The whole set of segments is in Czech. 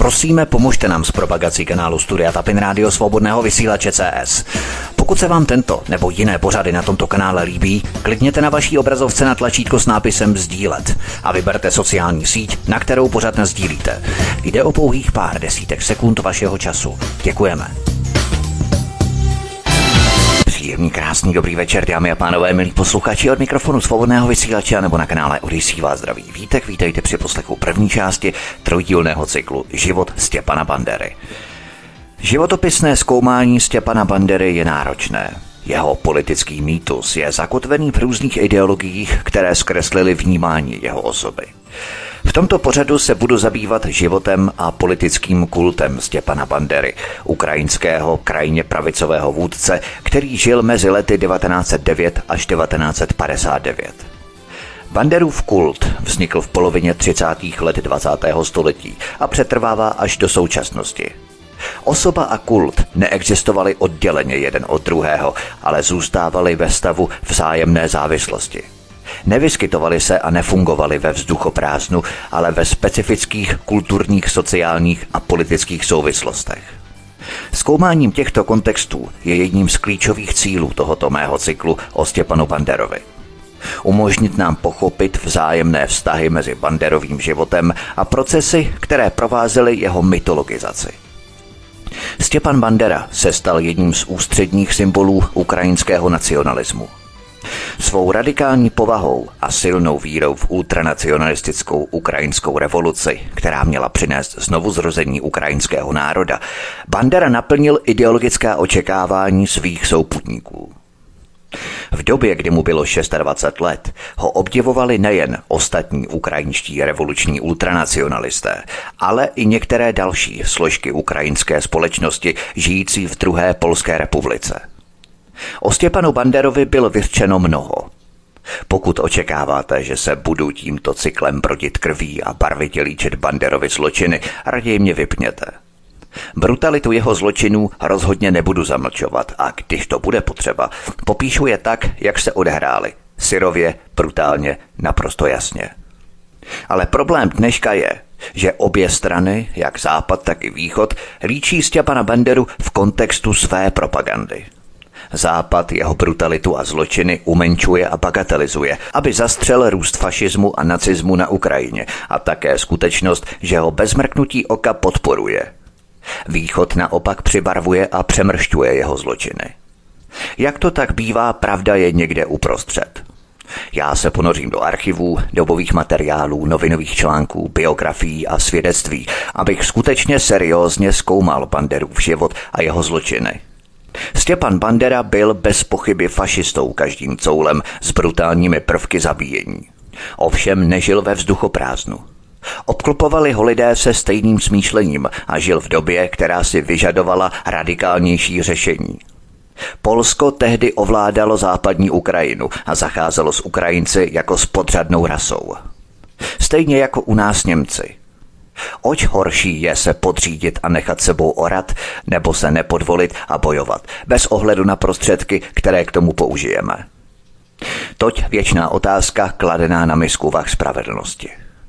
Prosíme, pomožte nám s propagací kanálu Studia Tapin Rádio Svobodného vysílače CS. Pokud se vám tento nebo jiné pořady na tomto kanále líbí, klikněte na vaší obrazovce na tlačítko s nápisem sdílet a vyberte sociální síť, na kterou pořad nasdílíte. Jde o pouhých pár desítek sekund vašeho času. Děkujeme. Příjemný, krásný, dobrý večer, dámy a pánové, milí posluchači, od mikrofonu Svobodného vysílače nebo na kanále Odyssey vás zdraví Vítek. Vítejte při poslechu první části trojdílného cyklu Život Stěpana Bandery. Životopisné zkoumání Stěpana Bandery je náročné. Jeho politický mýtus je zakotvený v různých ideologiích, které zkreslily vnímání jeho osoby. V tomto pořadu se budu zabývat životem a politickým kultem Stěpana Bandery, ukrajinského krajně pravicového vůdce, který žil mezi lety 1909 až 1959. Banderův kult vznikl v polovině 30. let 20. století a přetrvává až do současnosti. Osoba a kult neexistovaly odděleně jeden od druhého, ale zůstávaly ve stavu vzájemné závislosti. Nevyskytovali se a nefungovali ve vzduchoprázdnu, ale ve specifických kulturních, sociálních a politických souvislostech. Zkoumáním těchto kontextů je jedním z klíčových cílů tohoto mého cyklu o Stěpanu Banderovi. Umožnit nám pochopit vzájemné vztahy mezi Banderovým životem a procesy, které provázely jeho mytologizaci. Stěpan Bandera se stal jedním z ústředních symbolů ukrajinského nacionalismu. Svou radikální povahou a silnou vírou v ultranacionalistickou ukrajinskou revoluci, která měla přinést znovuzrození ukrajinského národa, Bandera naplnil ideologická očekávání svých souputníků. V době, kdy mu bylo 26 let, ho obdivovali nejen ostatní ukrajinští revoluční ultranacionalisté, ale i některé další složky ukrajinské společnosti žijící v druhé Polské republice. O Stěpanu Banderovi bylo vyřčeno mnoho. Pokud očekáváte, že se budu tímto cyklem brodit krví a barvitě líčit Banderovy zločiny, raději mě vypněte. Brutalitu jeho zločinů rozhodně nebudu zamlčovat a když to bude potřeba, popíšu je tak, jak se odehrály. Syrově, brutálně, naprosto jasně. Ale problém dneška je, že obě strany, jak Západ, tak i Východ, líčí Stěpana Banderu v kontextu své propagandy. Západ jeho brutalitu a zločiny umenčuje a bagatelizuje, aby zastřel růst fašismu a nacismu na Ukrajině a také skutečnost, že ho bez mrknutí oka podporuje. Východ naopak přibarvuje a přemršťuje jeho zločiny. Jak to tak bývá, pravda je někde uprostřed. Já se ponořím do archivů, dobových materiálů, novinových článků, biografií a svědectví, abych skutečně seriózně zkoumal Banderův život a jeho zločiny. Stěpan Bandera byl bez pochyby fašistou každým coulem s brutálními prvky zabíjení. Ovšem nežil ve vzduchoprázdnu. Obklopovali ho lidé se stejným smýšlením a žil v době, která si vyžadovala radikálnější řešení. Polsko tehdy ovládalo západní Ukrajinu a zacházelo s Ukrajinci jako s podřadnou rasou. Stejně jako u nás Němci. Oč horší je se podřídit a nechat sebou orat, nebo se nepodvolit a bojovat, bez ohledu na prostředky, které k tomu použijeme. Toť věčná otázka kladená na misku vah spravedlnosti.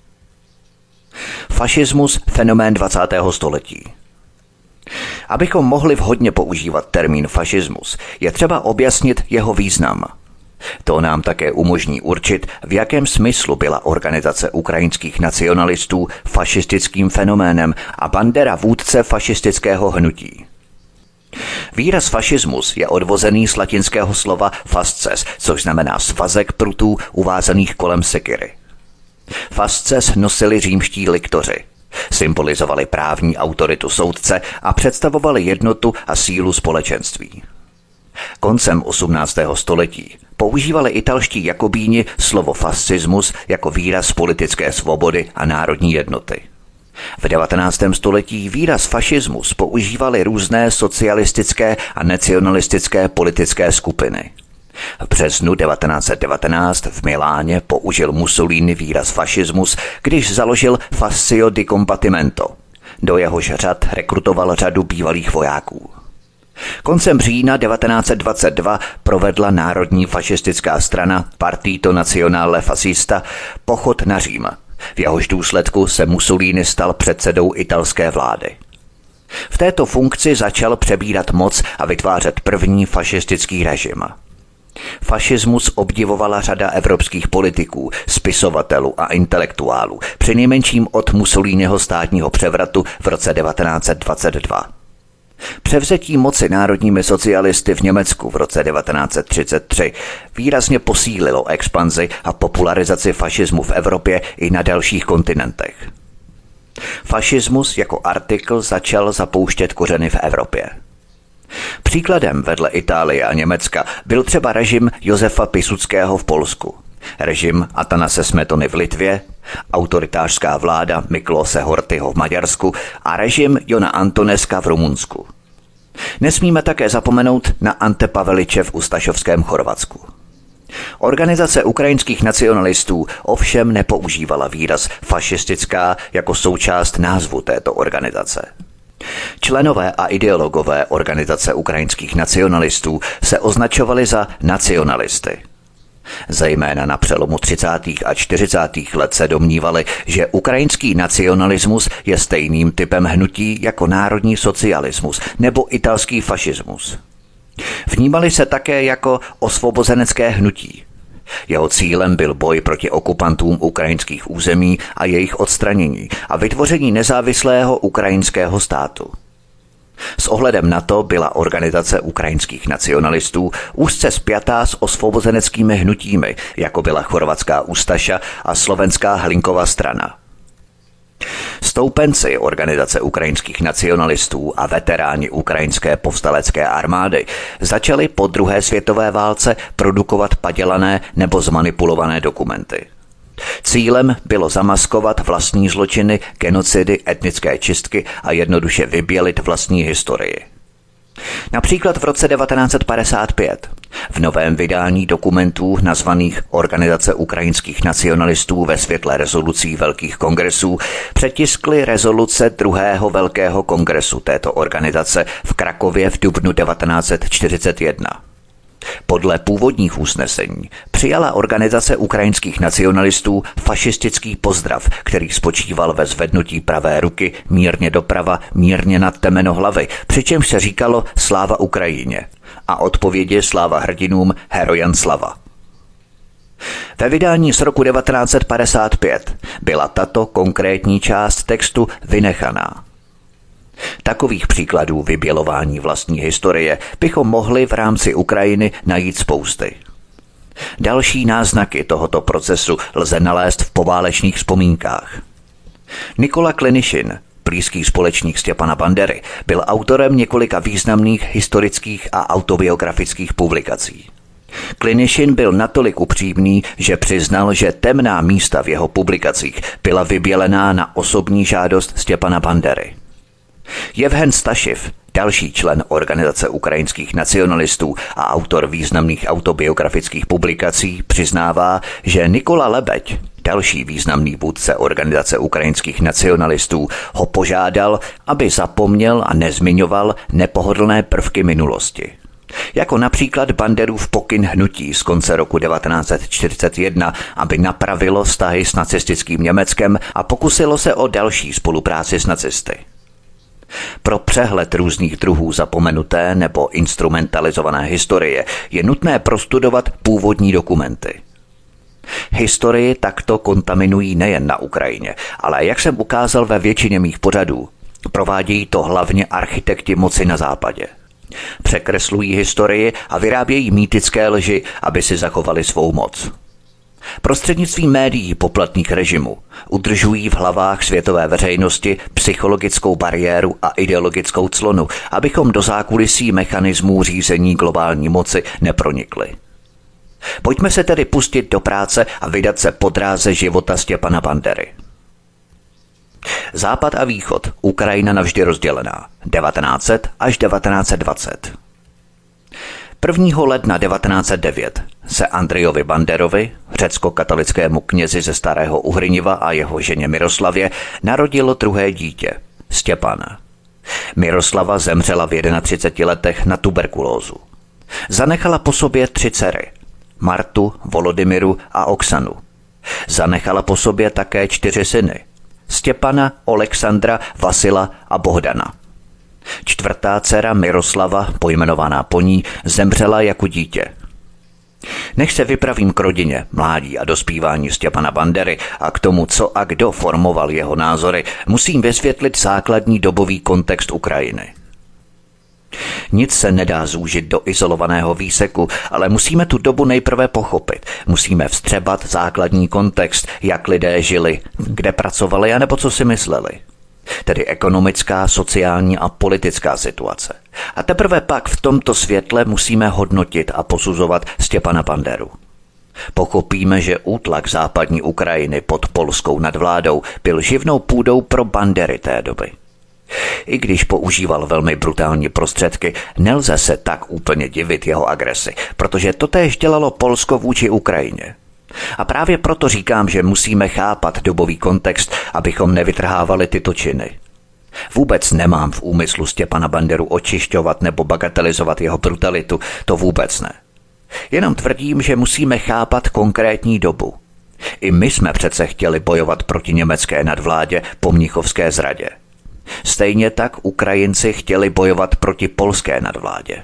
Fašismus, fenomén 20. století. Abychom mohli vhodně používat termín fašismus, je třeba objasnit jeho význam. To nám také umožní určit, v jakém smyslu byla organizace ukrajinských nacionalistů fašistickým fenoménem a Bandera vůdce fašistického hnutí. Výraz fašismus je odvozený z latinského slova fasces, což znamená svazek prutů uvázaných kolem sekyry. Fasces nosili římští liktoři. Symbolizovali právní autoritu soudce a představovali jednotu a sílu společenství. Koncem 18. století používali italští jakobíni slovo fascismus jako výraz politické svobody a národní jednoty. V 19. století výraz fašismus používali různé socialistické a nacionalistické politické skupiny. V březnu 1919 v Miláně použil Mussolini výraz fašismus, když založil Fascio di Combattimento. Do jehož řad rekrutoval řadu bývalých vojáků. Koncem října 1922 provedla národní fašistická strana Partito Nazionale Fascista pochod na Řím, V jehož důsledku se Mussolini stal předsedou italské vlády. V této funkci začal přebírat moc a vytvářet první fašistický režim. Fašismus obdivovala řada evropských politiků, spisovatelů a intelektuálů, přinejmenším od Mussoliniho státního převratu v roce 1922. Převzetí moci národními socialisty v Německu v roce 1933 výrazně posílilo expanzi a popularizaci fašismu v Evropě i na dalších kontinentech. Fašismus jako artikl začal zapouštět kořeny v Evropě. Příkladem vedle Itálie a Německa byl třeba režim Josefa Piłsudského v Polsku, režim Atanase Smetony v Litvě, autoritářská vláda Miklose Horthyho v Maďarsku a režim Jona Antoneska v Rumunsku. Nesmíme také zapomenout na Ante Paveliče v Ustašovském Chorvatsku. Organizace ukrajinských nacionalistů ovšem nepoužívala výraz fašistická jako součást názvu této organizace. Členové a ideologové organizace ukrajinských nacionalistů se označovali za nacionalisty. Zejména na přelomu 30. a 40. let se domnívali, že ukrajinský nacionalismus je stejným typem hnutí jako národní socialismus nebo italský fašismus. Vnímali se také jako osvobozenecké hnutí. Jeho cílem byl boj proti okupantům ukrajinských území a jejich odstranění a vytvoření nezávislého ukrajinského státu. S ohledem na to byla organizace ukrajinských nacionalistů úzce spjatá s osvobozeneckými hnutími, jako byla chorvatská Ustaša a slovenská Hlinkova strana. Stoupenci organizace ukrajinských nacionalistů a veteráni ukrajinské povstalecké armády začali po druhé světové válce produkovat padělané nebo zmanipulované dokumenty. Cílem bylo zamaskovat vlastní zločiny, genocidy, etnické čistky a jednoduše vybělit vlastní historii. Například v roce 1955 v novém vydání dokumentů nazvaných Organizace ukrajinských nacionalistů ve světle rezolucí velkých kongresů přetiskly rezoluce druhého velkého kongresu této organizace v Krakově v dubnu 1941. Podle původních usnesení přijala Organizace ukrajinských nacionalistů fašistický pozdrav, který spočíval ve zvednutí pravé ruky mírně doprava, mírně nad temeno hlavy, přičemž se říkalo Sláva Ukrajině a odpovědi Sláva hrdinům, Herojan slava. Ve vydání z roku 1955 byla tato konkrétní část textu vynechaná. Takových příkladů vybělování vlastní historie bychom mohli v rámci Ukrajiny najít spousty. Další náznaky tohoto procesu lze nalézt v poválečných vzpomínkách. Nikola Klinišin, blízký společník Stěpana Bandery, byl autorem několika významných historických a autobiografických publikací. Klinišin byl natolik upřímný, že přiznal, že temná místa v jeho publikacích byla vybělená na osobní žádost Stěpana Bandery. Jevhen Stašiv, další člen Organizace ukrajinských nacionalistů a autor významných autobiografických publikací, přiznává, že Nikola Lebeď, další významný vůdce Organizace ukrajinských nacionalistů, ho požádal, aby zapomněl a nezmiňoval nepohodlné prvky minulosti. Jako například Banderův pokyn hnutí z konce roku 1941, aby napravilo vztahy s nacistickým Německem a pokusilo se o další spolupráci s nacisty. Pro přehled různých druhů zapomenuté nebo instrumentalizované historie je nutné prostudovat původní dokumenty. Historii takto kontaminují nejen na Ukrajině, ale jak jsem ukázal ve většině mých pořadů, provádějí to hlavně architekti moci na západě. Překreslují historii a vyrábějí mýtické lži, aby si zachovali svou moc. Prostřednictvím médií poplatných režimu udržují v hlavách světové veřejnosti psychologickou bariéru a ideologickou clonu, abychom do zákulisí mechanismů řízení globální moci nepronikli. Pojďme se tedy pustit do práce a vydat se po dráze života Stěpana Bandery. Západ a východ, Ukrajina navždy rozdělená, 1900 až 1920. 1. ledna 1909 se Andrejovi Banderovi, řecko-katolickému knězi ze Starého Uhryniva a jeho ženě Miroslavě, narodilo druhé dítě, Stěpan. Miroslava zemřela v 31 letech na tuberkulózu. Zanechala po sobě 3 dcery, Martu, Volodymyru a Oksanu. Zanechala po sobě také 4 syny. Stěpana, Alexandra, Vasila a Bohdana. 4. dcera Miroslava, pojmenovaná po ní, zemřela jako dítě. Než se vypravím k rodině, mládí a dospívání Stěpana Bandery a k tomu, co a kdo formoval jeho názory, musím vysvětlit základní dobový kontext Ukrajiny. Nic se nedá zúžit do izolovaného výseku, ale musíme tu dobu nejprve pochopit. Musíme vstřebat základní kontext, jak lidé žili, kde pracovali a nebo co si mysleli. Tedy ekonomická, sociální a politická situace. A teprve pak v tomto světle musíme hodnotit a posuzovat Stěpana Banderu. Pochopíme, že útlak západní Ukrajiny pod polskou nadvládou byl živnou půdou pro bandery té doby. I když používal velmi brutální prostředky, nelze se tak úplně divit jeho agresi, protože totéž dělalo Polsko vůči Ukrajině. A právě proto říkám, že musíme chápat dobový kontext, abychom nevytrhávali tyto činy. Vůbec nemám v úmyslu Stěpana Banderu očišťovat nebo bagatelizovat jeho brutalitu, to vůbec ne. Jenom tvrdím, že musíme chápat konkrétní dobu. I my jsme přece chtěli bojovat proti německé nadvládě po mnichovské zradě. Stejně tak Ukrajinci chtěli bojovat proti polské nadvládě.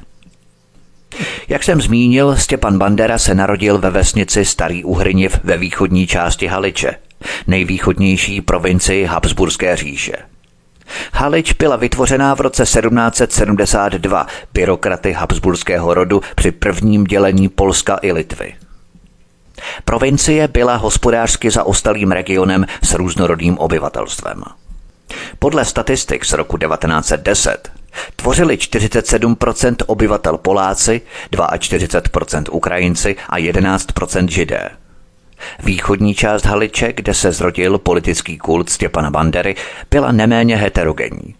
Jak jsem zmínil, Stěpan Bandera se narodil ve vesnici Starý Uhryniv ve východní části Haliče, nejvýchodnější provincii Habsburské říše. Halič byla vytvořená v roce 1772 byrokraty habsburského rodu při prvním dělení Polska i Litvy. Provincie byla hospodářsky zaostalým regionem s různorodým obyvatelstvem. Podle statistik z roku 1910 tvořili 47% obyvatel Poláci, 42% Ukrajinci a 11% Židé. Východní část Haliče, kde se zrodil politický kult Stěpana Bandery, byla neméně heterogenní.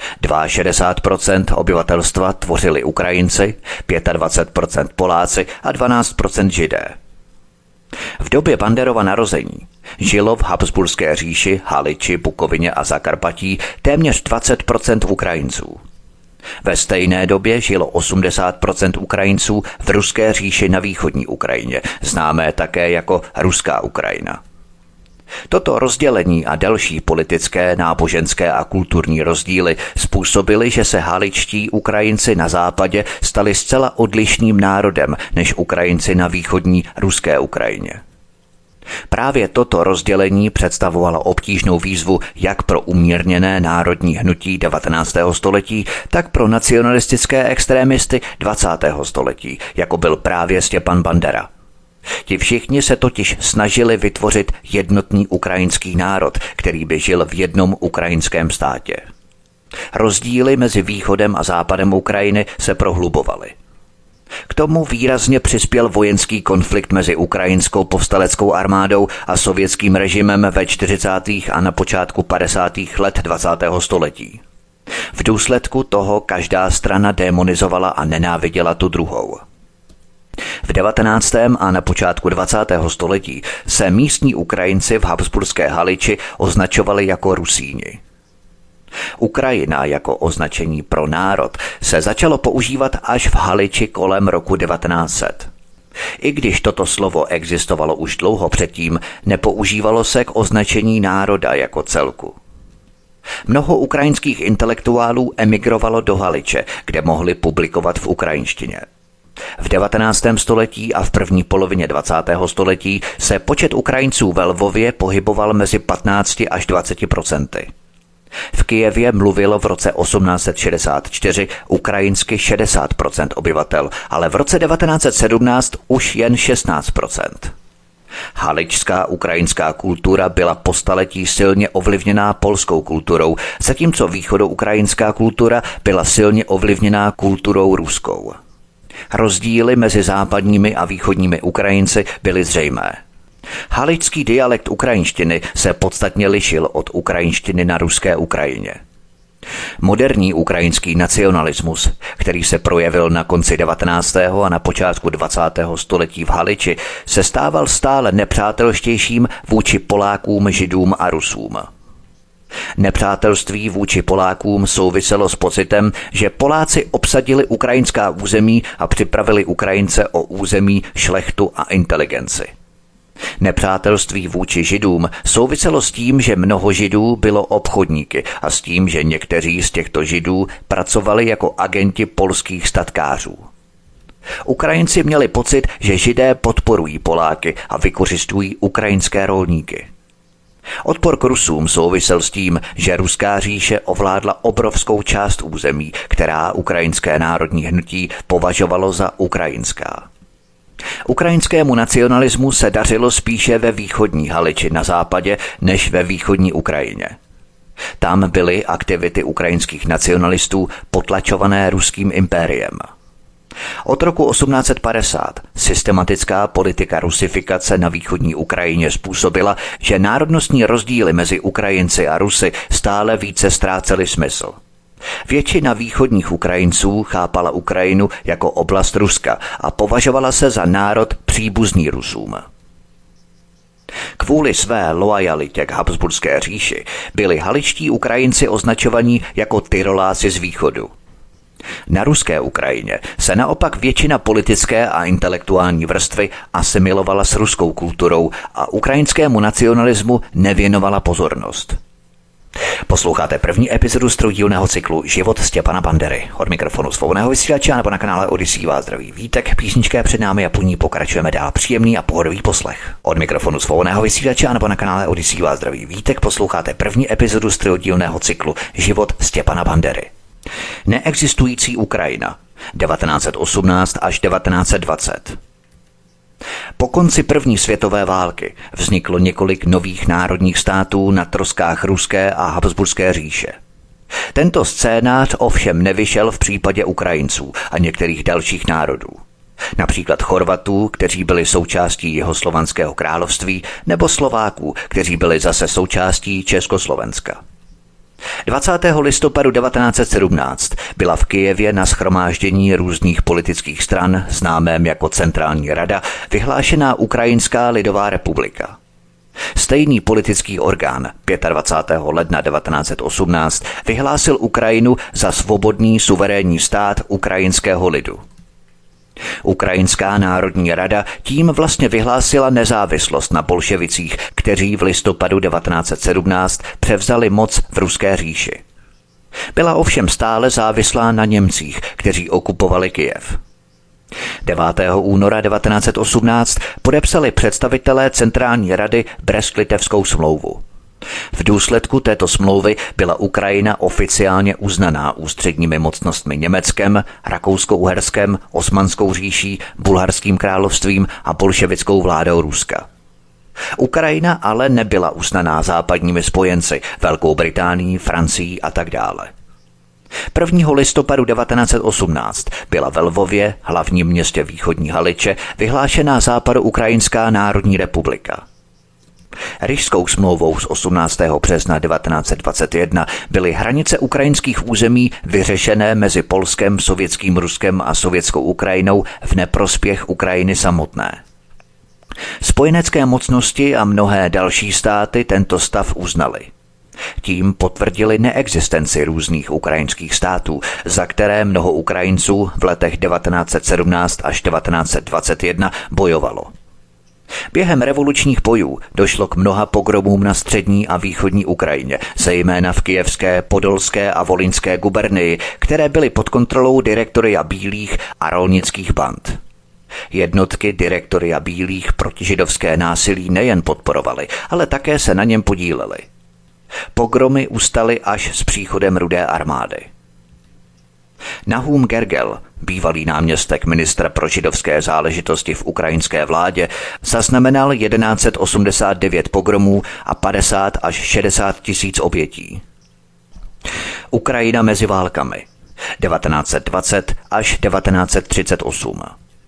62% obyvatelstva tvořili Ukrajinci, 25% Poláci a 12% Židé. V době Banderova narození žilo v Habsburské říši, Haliči, Bukovině a Zakarpatí téměř 20% Ukrajinců. Ve stejné době žilo 80% Ukrajinců v Ruské říši na východní Ukrajině, známé také jako Ruská Ukrajina. Toto rozdělení a další politické, náboženské a kulturní rozdíly způsobily, že se haličtí Ukrajinci na západě stali zcela odlišným národem než Ukrajinci na východní Ruské Ukrajině. Právě toto rozdělení představovalo obtížnou výzvu jak pro umírněné národní hnutí 19. století, tak pro nacionalistické extrémisty 20. století, jako byl právě Stěpan Bandera. Ti všichni se totiž snažili vytvořit jednotný ukrajinský národ, který by žil v jednom ukrajinském státě. Rozdíly mezi východem a západem Ukrajiny se prohlubovaly. K tomu výrazně přispěl vojenský konflikt mezi ukrajinskou povstaleckou armádou a sovětským režimem ve 40. a na počátku 50. let 20. století. V důsledku toho každá strana démonizovala a nenáviděla tu druhou. V 19. a na počátku 20. století se místní Ukrajinci v Habsburské Haliči označovali jako Rusíni. Ukrajina jako označení pro národ se začalo používat až v Haliči kolem roku 1900. I když toto slovo existovalo už dlouho předtím, nepoužívalo se k označení národa jako celku. Mnoho ukrajinských intelektuálů emigrovalo do Haliče, kde mohli publikovat v ukrajinštině. V 19. století a v první polovině 20. století se počet Ukrajinců ve Lvově pohyboval mezi 15 až 20%. V Kyjevě mluvilo v roce 1864 ukrajinsky 60% obyvatel, ale v roce 1917 už jen 16%. Haličská ukrajinská kultura byla po staletí silně ovlivněná polskou kulturou, zatímco východoukrajinská kultura byla silně ovlivněná kulturou ruskou. Rozdíly mezi západními a východními Ukrajinci byly zřejmé. Haličský dialekt ukrajinštiny se podstatně lišil od ukrajinštiny na ruské Ukrajině. Moderní ukrajinský nacionalismus, který se projevil na konci 19. a na počátku 20. století v Haliči, se stával stále nepřátelštějším vůči Polákům, Židům a Rusům. Nepřátelství vůči Polákům souviselo s pocitem, že Poláci obsadili ukrajinská území a připravili Ukrajince o území, šlechtu a inteligenci. Nepřátelství vůči Židům souviselo s tím, že mnoho Židů bylo obchodníky a s tím, že někteří z těchto Židů pracovali jako agenti polských statkářů. Ukrajinci měli pocit, že Židé podporují Poláky a vykořisťují ukrajinské rolníky. Odpor k Rusům souvisel s tím, že Ruská říše ovládla obrovskou část území, která ukrajinské národní hnutí považovalo za ukrajinská. Ukrajinskému nacionalismu se dařilo spíše ve východní Haliči na západě než ve východní Ukrajině. Tam byly aktivity ukrajinských nacionalistů potlačované ruským impériem. Od roku 1850 systematická politika rusifikace na východní Ukrajině způsobila, že národnostní rozdíly mezi Ukrajinci a Rusy stále více ztrácely smysl. Většina východních Ukrajinců chápala Ukrajinu jako oblast Ruska a považovala se za národ příbuzný Rusům. Kvůli své loajalitě k Habsburské říši byli haličtí Ukrajinci označovaní jako Tyroláci z východu. Na ruské Ukrajině se naopak většina politické a intelektuální vrstvy asimilovala s ruskou kulturou a ukrajinskému nacionalismu nevěnovala pozornost. Posloucháte první epizodu z trojdílného cyklu Život Stěpana Bandery. Od mikrofonu Svobodného vysílače nebo na kanále Odyssey vás zdraví Vítek, písnička je před námi a po ní pokračujeme dál. Příjemný a pohodový poslech. Od mikrofonu Svobodného vysílače nebo na kanále Odyssey vás zdraví Vítek, posloucháte první epizodu z trojdílného cyklu Život Stěpana Bandery. Neexistující Ukrajina 1918 až 1920. Po konci první světové války vzniklo několik nových národních států na troskách ruské a habsburské říše. Tento scénář ovšem nevyšel v případě Ukrajinců a některých dalších národů. Například Chorvatů, kteří byli součástí Jihoslovanského království, nebo Slováků, kteří byli zase součástí Československa. 20. listopadu 1917 byla v Kyjevě na shromáždění různých politických stran, známém jako Centrální rada, vyhlášená Ukrajinská lidová republika. Stejný politický orgán 25. ledna 1918 vyhlásil Ukrajinu za svobodný suverénní stát ukrajinského lidu. Ukrajinská národní rada tím vlastně vyhlásila nezávislost na bolševicích, kteří v listopadu 1917 převzali moc v ruské říši. Byla ovšem stále závislá na Němcích, kteří okupovali Kyjev. 9. února 1918 podepsali představitelé Centrální rady Brest-Litevskou smlouvu. V důsledku této smlouvy byla Ukrajina oficiálně uznaná ústředními mocnostmi Německem, Rakousko-Uherskem, Osmanskou říší, Bulharským královstvím a bolševickou vládou Ruska. Ukrajina ale nebyla uznaná západními spojenci, Velkou Británií, Francií a tak dále. 1. listopadu 1918 byla ve Lvově, hlavním městě východní Haliče, vyhlášená Západoukrajinská národní republika. Rižskou smlouvou z 18. března 1921 byly hranice ukrajinských území vyřešené mezi Polskem, Sovětským Ruskem a Sovětskou Ukrajinou v neprospěch Ukrajiny samotné. Spojenecké mocnosti a mnohé další státy tento stav uznaly. Tím potvrdili neexistenci různých ukrajinských států, za které mnoho Ukrajinců v letech 1917 až 1921 bojovalo. Během revolučních bojů došlo k mnoha pogromům na střední a východní Ukrajině, zejména v kyjevské, podolské a volyňské gubernii, které byly pod kontrolou direktoria bílých a rolnických band. Jednotky direktoria bílých protižidovské násilí nejen podporovaly, ale také se na něm podílely. Pogromy ustaly až s příchodem Rudé armády. Nahum Gergel, bývalý náměstek ministra pro židovské záležitosti v ukrajinské vládě, zaznamenal 1189 pogromů a 50 až 60 tisíc obětí. Ukrajina mezi válkami 1920 až 1938.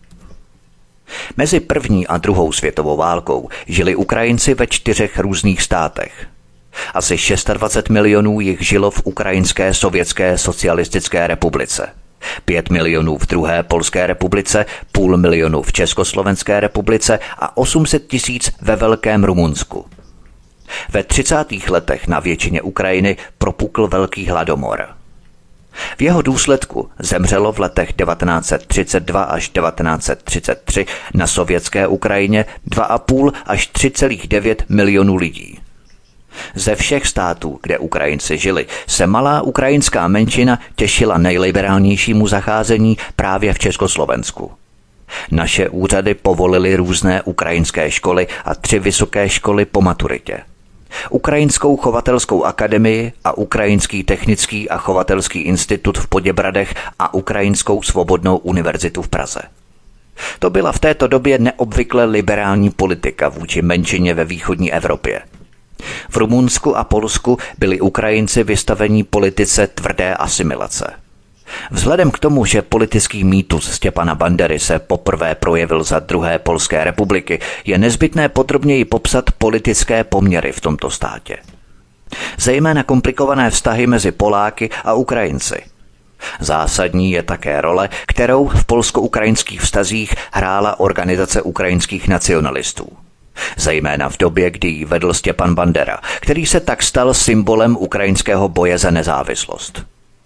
Mezi první a druhou světovou válkou žili Ukrajinci ve 4 různých státech. Asi 26 milionů jich žilo v Ukrajinské sovětské socialistické republice, 5 milionů v druhé Polské republice, 500 000 v Československé republice a 800 000 ve Velkém Rumunsku. Ve 30. letech na většině Ukrajiny propukl velký hladomor. V jeho důsledku zemřelo v letech 1932 až 1933 na sovětské Ukrajině 2,5 až 3,9 milionů lidí. Ze všech států, kde Ukrajinci žili, se malá ukrajinská menšina těšila nejliberálnějšímu zacházení právě v Československu. Naše úřady povolily různé ukrajinské školy a 3 vysoké školy po maturitě. Ukrajinskou chovatelskou akademii a Ukrajinský technický a chovatelský institut v Poděbradech a Ukrajinskou svobodnou univerzitu v Praze. To byla v této době neobvykle liberální politika vůči menšině ve východní Evropě. V Rumunsku a Polsku byli Ukrajinci vystaveni politice tvrdé asimilace. Vzhledem k tomu, že politický mýtus Stěpana Bandery se poprvé projevil za druhé Polské republiky, je nezbytné podrobněji popsat politické poměry v tomto státě. Zejména komplikované vztahy mezi Poláky a Ukrajinci. Zásadní je také role, kterou v polsko-ukrajinských vztazích hrála Organizace ukrajinských nacionalistů. Zejména v době, kdy ji vedl Stěpan Bandera, který se tak stal symbolem ukrajinského boje za nezávislost.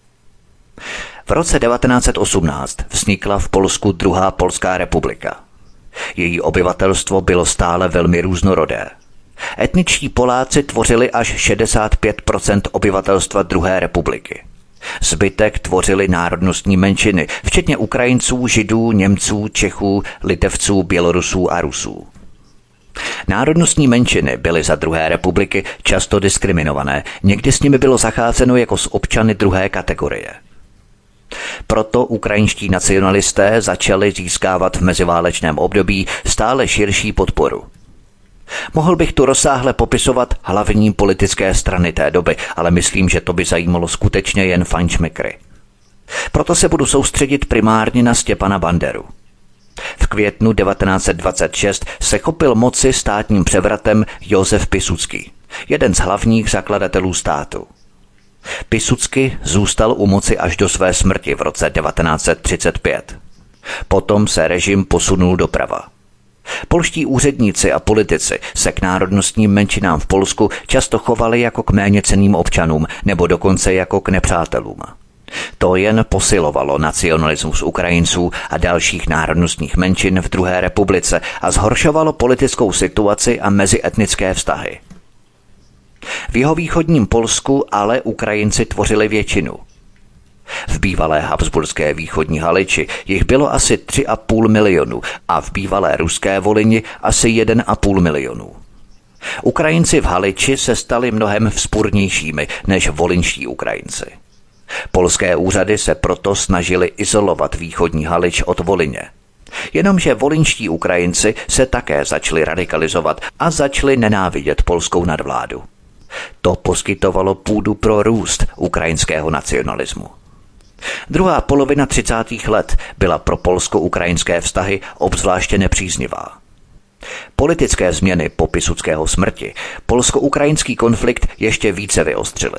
V roce 1918 vznikla v Polsku druhá Polská republika. Její obyvatelstvo bylo stále velmi různorodé. Etničtí Poláci tvořili až 65% obyvatelstva druhé republiky. Zbytek tvořili národnostní menšiny, včetně Ukrajinců, Židů, Němců, Čechů, Litevců, Bělorusů a Rusů. Národnostní menšiny byly za druhé republiky často diskriminované, někdy s nimi bylo zacházeno jako s občany druhé kategorie. Proto ukrajinští nacionalisté začali získávat v meziválečném období stále širší podporu. Mohl bych tu rozsáhle popisovat hlavní politické strany té doby, ale myslím, že to by zajímalo skutečně jen fajnšmekry. Proto se budu soustředit primárně na Stěpana Banderu. V květnu 1926 se chopil moci státním převratem Josef Piłsudski, jeden z hlavních zakladatelů státu. Piłsudski zůstal u moci až do své smrti v roce 1935. Potom se režim posunul doprava. Polští úředníci a politici se k národnostním menšinám v Polsku často chovali jako k méněcenným občanům nebo dokonce jako k nepřátelům. To jen posilovalo nacionalismus Ukrajinců a dalších národnostních menšin v druhé republice a zhoršovalo politickou situaci a mezietnické vztahy. V jihovýchodním Polsku ale Ukrajinci tvořili většinu. V bývalé habsburské východní Haliči jich bylo asi 3,5 milionu a v bývalé ruské Volyni asi 1,5 milionu. Ukrajinci v Haliči se stali mnohem vzpurnějšími než volyňští Ukrajinci. Polské úřady se proto snažili izolovat východní Halič od Volyně. Jenomže volyňští Ukrajinci se také začali radikalizovat a začali nenávidět polskou nadvládu. To poskytovalo půdu pro růst ukrajinského nacionalismu. Druhá polovina 30. let byla pro polsko-ukrajinské vztahy obzvláště nepříznivá. Politické změny po Piłsudského smrti polsko-ukrajinský konflikt ještě více vyostřily.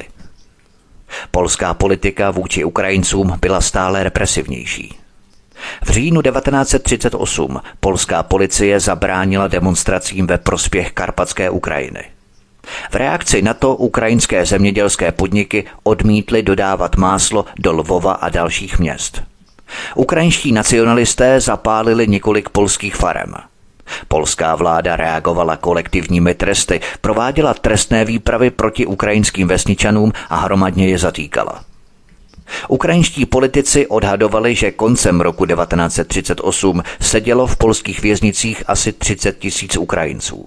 Polská politika vůči Ukrajincům byla stále represivnější. V říjnu 1938 polská policie zabránila demonstracím ve prospěch Karpatské Ukrajiny. V reakci na to ukrajinské zemědělské podniky odmítly dodávat máslo do Lvova a dalších měst. Ukrajinští nacionalisté zapálili několik polských farem. Polská vláda reagovala kolektivními tresty, prováděla trestné výpravy proti ukrajinským vesničanům a hromadně je zatýkala. Ukrajinští politici odhadovali, že koncem roku 1938 sedělo v polských věznicích asi 30 000 Ukrajinců.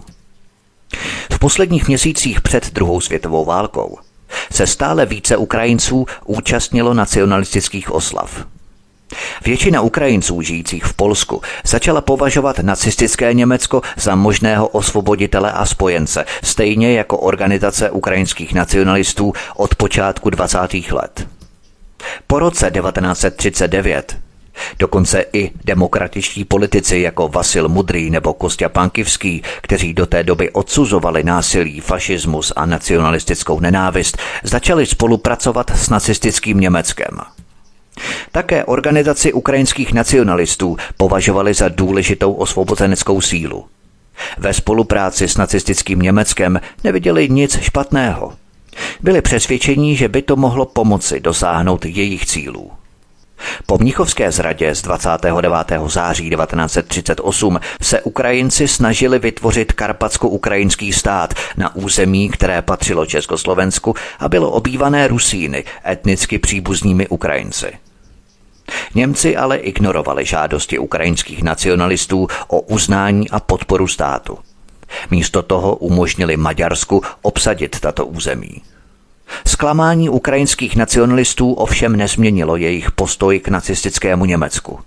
V posledních měsících před druhou světovou válkou se stále více Ukrajinců účastnilo nacionalistických oslav. Většina Ukrajinců žijících v Polsku začala považovat nacistické Německo za možného osvoboditele a spojence, stejně jako organizace ukrajinských nacionalistů od počátku 20. let. Po roce 1939 dokonce i demokratičtí politici jako Vasil Mudrý nebo Kostya Pankivský, kteří do té doby odsuzovali násilí, fašismus a nacionalistickou nenávist, začali spolupracovat s nacistickým Německem. Také organizaci ukrajinských nacionalistů považovali za důležitou osvobozeneckou sílu. Ve spolupráci s nacistickým Německem neviděli nic špatného. Byli přesvědčeni, že by to mohlo pomoci dosáhnout jejich cílů. Po mnichovské zradě z 29. září 1938 se Ukrajinci snažili vytvořit karpatsko-ukrajinský stát na území, které patřilo Československu a bylo obývané Rusíny, etnicky příbuznými Ukrajinci. Němci ale ignorovali žádosti ukrajinských nacionalistů o uznání a podporu státu. Místo toho umožnili Maďarsku obsadit tato území. Zklamání ukrajinských nacionalistů ovšem nezměnilo jejich postoj k nacistickému Německu.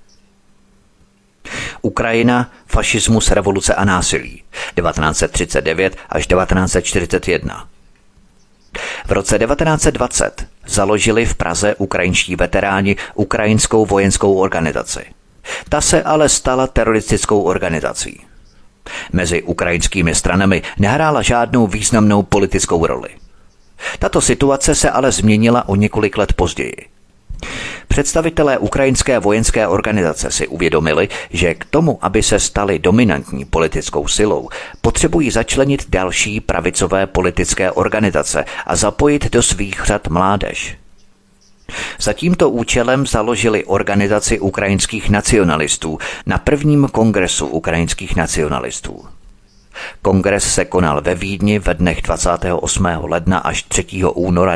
Ukrajina, fašismus, revoluce a násilí 1939 až 1941. V roce 1920 založili v Praze ukrajinští veteráni ukrajinskou vojenskou organizaci. Ta se ale stala teroristickou organizací. Mezi ukrajinskými stranami nehrála žádnou významnou politickou roli. Tato situace se ale změnila o několik let později. Představitelé ukrajinské vojenské organizace si uvědomili, že k tomu, aby se stali dominantní politickou silou, potřebují začlenit další pravicové politické organizace a zapojit do svých řad mládež. Za tímto účelem založili organizaci ukrajinských nacionalistů na prvním kongresu ukrajinských nacionalistů. Kongres se konal ve Vídni ve dnech 28. ledna až 3. února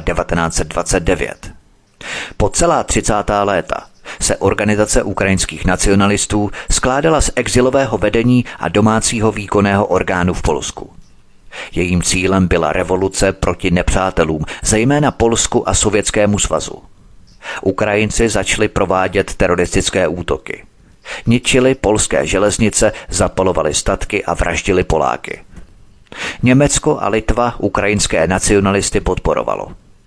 1929. Po celá 30. léta se organizace ukrajinských nacionalistů skládala z exilového vedení a domácího výkonného orgánu v Polsku. Jejím cílem byla revoluce proti nepřátelům, zejména Polsku a Sovětskému svazu. Ukrajinci začali provádět teroristické útoky. Ničili polské železnice, zapalovali statky a vraždili Poláky. Německo a Litva ukrajinské nacionalisty podporovalo.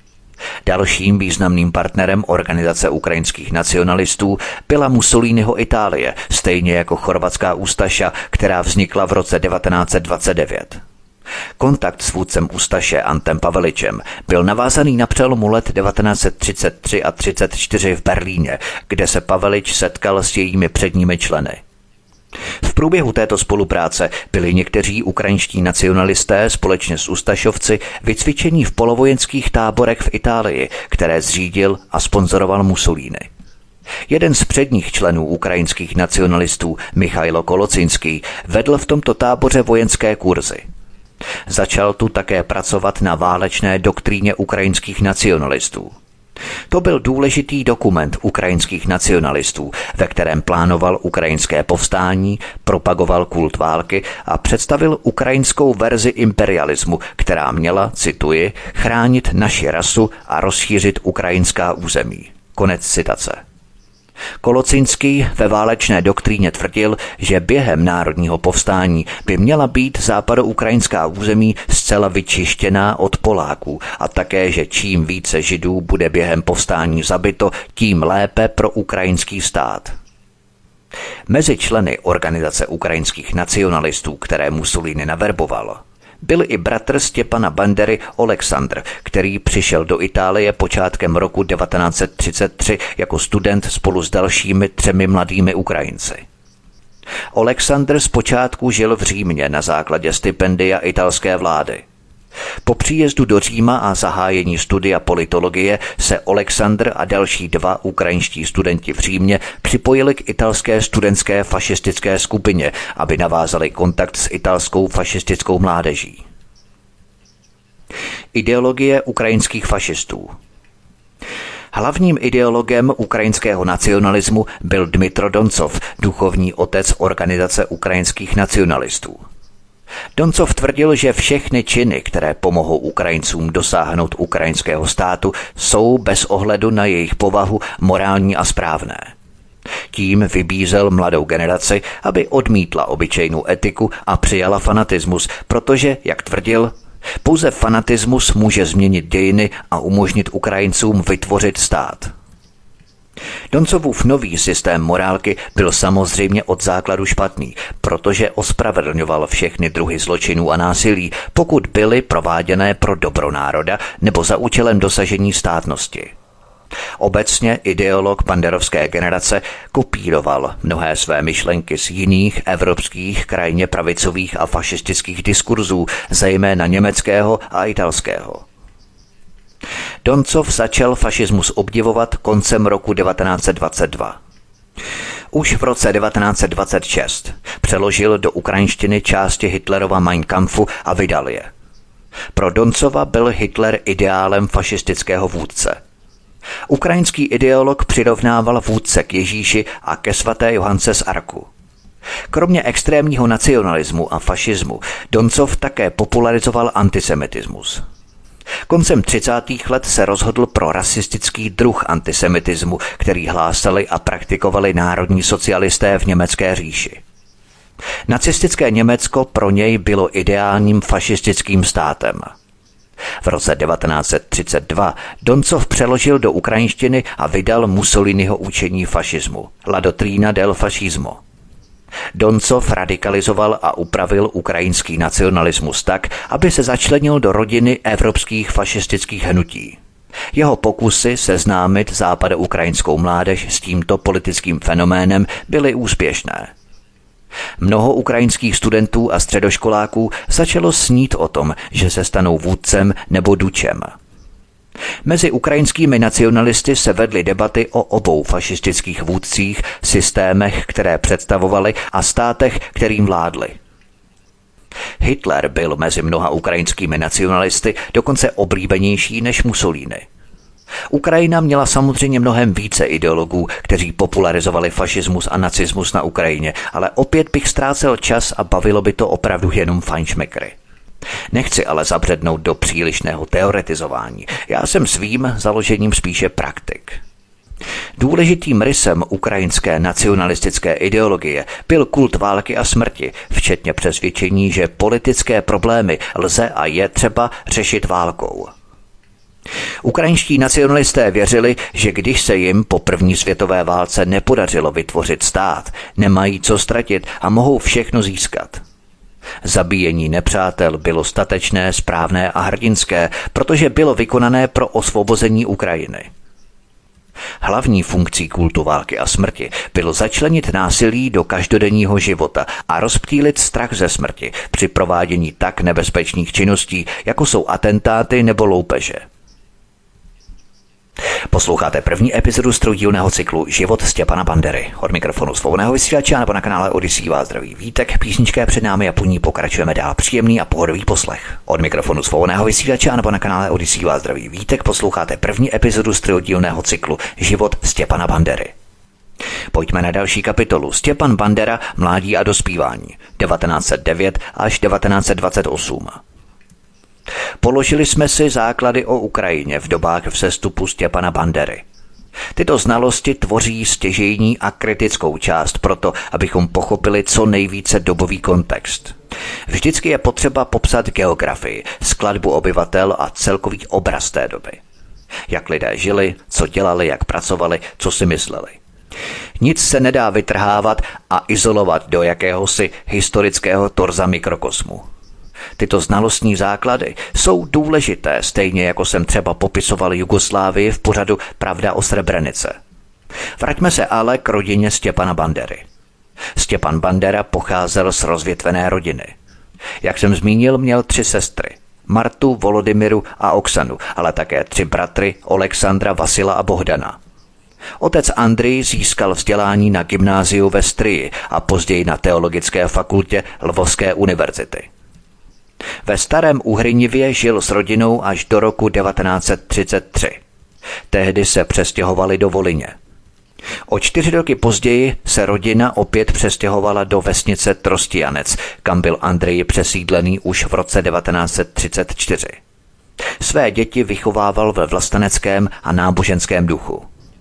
Dalším významným partnerem organizace ukrajinských nacionalistů byla Mussoliniho Itálie, stejně jako chorvatská Ustaša, která vznikla v roce 1929. Kontakt s vůdcem Ustaše Antem Paveličem byl navázaný na přelomu let 1933 a 1934 v Berlíně, kde se Pavelič setkal s jejími předními členy. V průběhu této spolupráce byli někteří ukrajinští nacionalisté společně s Ustašovci vycvičení v polovojenských táborech v Itálii, které zřídil a sponzoroval Mussolini. Jeden z předních členů ukrajinských nacionalistů, Michailo Kolocinský, vedl v tomto táboře vojenské kurzy. Začal tu také pracovat na válečné doktríně ukrajinských nacionalistů. To byl důležitý dokument ukrajinských nacionalistů, ve kterém plánoval ukrajinské povstání, propagoval kult války a představil ukrajinskou verzi imperialismu, která měla, cituji, chránit naši rasu a rozšířit ukrajinská území. Konec citace. Kolocinský ve válečné doktríně tvrdil, že během národního povstání by měla být západoukrajinská území zcela vyčištěná od Poláků a také, že čím více Židů bude během povstání zabito, tím lépe pro ukrajinský stát. Mezi členy organizace ukrajinských nacionalistů, které Mussolini naverboval, byl i bratr Stěpana Bandery Oleksandr, který přišel do Itálie počátkem roku 1933 jako student spolu s dalšími 3 mladými Ukrajinci. Oleksandr zpočátku žil v Římě na základě stipendia italské vlády. Po příjezdu do Říma a zahájení studia politologie se Oleksandr a další 2 ukrajinští studenti v Římě připojili k italské studentské fašistické skupině, aby navázali kontakt s italskou fašistickou mládeží. Ideologie ukrajinských fašistů. Hlavním ideologem ukrajinského nacionalismu byl Dmytro Doncov, duchovní otec organizace ukrajinských nacionalistů. Doncov tvrdil, že všechny činy, které pomohou Ukrajincům dosáhnout ukrajinského státu, jsou bez ohledu na jejich povahu morální a správné. Tím vybízel mladou generaci, aby odmítla obyčejnou etiku a přijala fanatismus, protože, jak tvrdil, pouze fanatismus může změnit dějiny a umožnit Ukrajincům vytvořit stát. Doncovův nový systém morálky byl samozřejmě od základu špatný, protože ospravedlňoval všechny druhy zločinů a násilí, pokud byly prováděné pro dobro národa nebo za účelem dosažení státnosti. Obecně ideolog banderovské generace kopíroval mnohé své myšlenky z jiných evropských krajně pravicových a fašistických diskurzů, zejména německého a italského. Doncov začal fašismus obdivovat koncem roku 1922. Už v roce 1926 přeložil do ukrajinštiny části Hitlerova Mein Kampfu a vydal je. Pro Doncova byl Hitler ideálem fašistického vůdce. Ukrajinský ideolog přirovnával vůdce k Ježíši a ke svaté Johance z Arku. Kromě extrémního nacionalismu a fašismu Doncov také popularizoval antisemitismus. Koncem 30. let se rozhodl pro rasistický druh antisemitismu, který hlásali a praktikovali národní socialisté v německé říši. Nacistické Německo pro něj bylo ideálním fašistickým státem. V roce 1932 Doncov přeložil do ukrajinštiny a vydal Mussoliniho učení fašismu, La dottrina del fascismo. Doncov radikalizoval a upravil ukrajinský nacionalismus tak, aby se začlenil do rodiny evropských fašistických hnutí. Jeho pokusy seznámit západoukrajinskou mládež s tímto politickým fenoménem byly úspěšné. Mnoho ukrajinských studentů a středoškoláků začalo snít o tom, že se stanou vůdcem nebo dučem. Mezi ukrajinskými nacionalisty se vedly debaty o obou fašistických vůdcích, systémech, které představovali, a státech, kterým vládli. Hitler byl mezi mnoha ukrajinskými nacionalisty dokonce oblíbenější než Mussolini. Ukrajina měla samozřejmě mnohem více ideologů, kteří popularizovali fašismus a nacismus na Ukrajině, ale opět bych ztrácel čas a bavilo by to opravdu jenom fajnšmekry. Nechci ale zabřednout do přílišného teoretizování. Já jsem svým založením spíše praktik. Důležitým rysem ukrajinské nacionalistické ideologie byl kult války a smrti, včetně přesvědčení, že politické problémy lze a je třeba řešit válkou. Ukrajinští nacionalisté věřili, že když se jim po první světové válce nepodařilo vytvořit stát, nemají co ztratit a mohou všechno získat. Zabíjení nepřátel bylo statečné, správné a hrdinské, protože bylo vykonané pro osvobození Ukrajiny. Hlavní funkcí kultu války a smrti bylo začlenit násilí do každodenního života a rozptýlit strach ze smrti při provádění tak nebezpečných činností, jako jsou atentáty nebo loupeže. Posloucháte první epizodu z trojdílného cyklu Život Stěpana Bandery. Od mikrofonu svobodného vysílače nebo na kanále Odyssey vás zdraví Vítek, písnička je před námi a po ní pokračujeme dál. Příjemný a pohodový poslech. Od mikrofonu svobodného vysílače nebo na kanále Odyssey vás zdraví Vítek, posloucháte první epizodu z trojdílného cyklu Život Stěpana Bandery. Pojďme na další kapitolu. Stěpan Bandera, mládí a dospívání, 1909 až 1928. Položili jsme si základy o Ukrajině v dobách vzestupu Stěpana Bandery. Tyto znalosti tvoří stěžejní a kritickou část proto, abychom pochopili co nejvíce dobový kontext. Vždycky je potřeba popsat geografii, skladbu obyvatel a celkový obraz té doby. Jak lidé žili, co dělali, jak pracovali, co si mysleli. Nic se nedá vytrhávat a izolovat do jakéhosi historického torza mikrokosmu. Tyto znalostní základy jsou důležité, stejně jako jsem třeba popisoval Jugoslávii v pořadu Pravda o Srebrenice. Vraťme se ale k rodině Stěpana Bandery. Stěpan Bandera pocházel z rozvětvené rodiny. Jak jsem zmínil, měl 3 sestry. Martu, Volodymyru a Oksanu, ale také 3 bratry Alexandra, Vasila a Bohdana. Otec Andrej získal vzdělání na gymnáziu ve Stryji a později na teologické fakultě Lvovské univerzity. Ve Starém Uhryněvě žil s rodinou až do roku 1933. Tehdy se přestěhovali do Volyně. O 4 roky později se rodina opět přestěhovala do vesnice Trostianec, kam byl Andrej přesídlený už v roce 1934. Své děti vychovával ve vlasteneckém a náboženském duchu.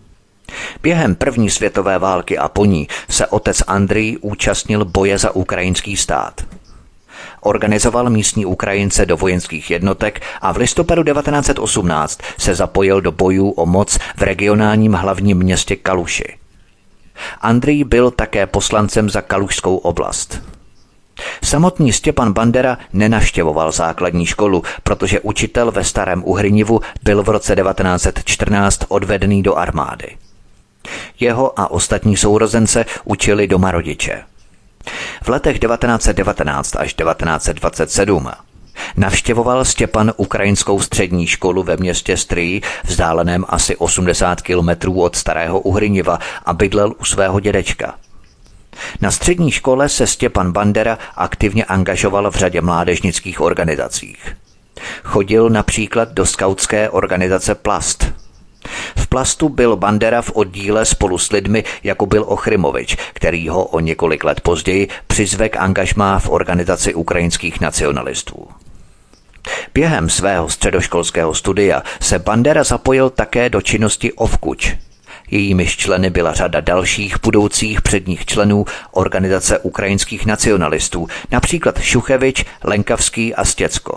Během první světové války a po ní se otec Andrej účastnil boje za ukrajinský stát. Organizoval místní Ukrajince do vojenských jednotek a v listopadu 1918 se zapojil do bojů o moc v regionálním hlavním městě Kaluši. Andrej byl také poslancem za Kalušskou oblast. Samotný Stěpan Bandera nenavštěvoval základní školu, protože učitel ve Starém Uhryněvu byl v roce 1914 odvedený do armády. Jeho a ostatní sourozence učili doma rodiče. V letech 1919 až 1927 Navštěvoval Stěpan ukrajinskou střední školu ve městě Stryj, vzdáleném asi 80 kilometrů od Starého Uhryniva, a bydlel u svého dědečka. Na střední škole se Stěpan Bandera aktivně angažoval v řadě mládežnických organizacích. Chodil například do skautské organizace Plast. V Plastu byl Bandera v oddíle spolu s lidmi, jako byl Ochrymovič, který ho o několik let později přizve k angažmá v organizaci ukrajinských nacionalistů. Během svého středoškolského studia se Bandera zapojil také do činnosti Ovkuč. Jejímiž členy byla řada dalších budoucích předních členů organizace ukrajinských nacionalistů, například Šuchevič, Lenkavský a Stěcko.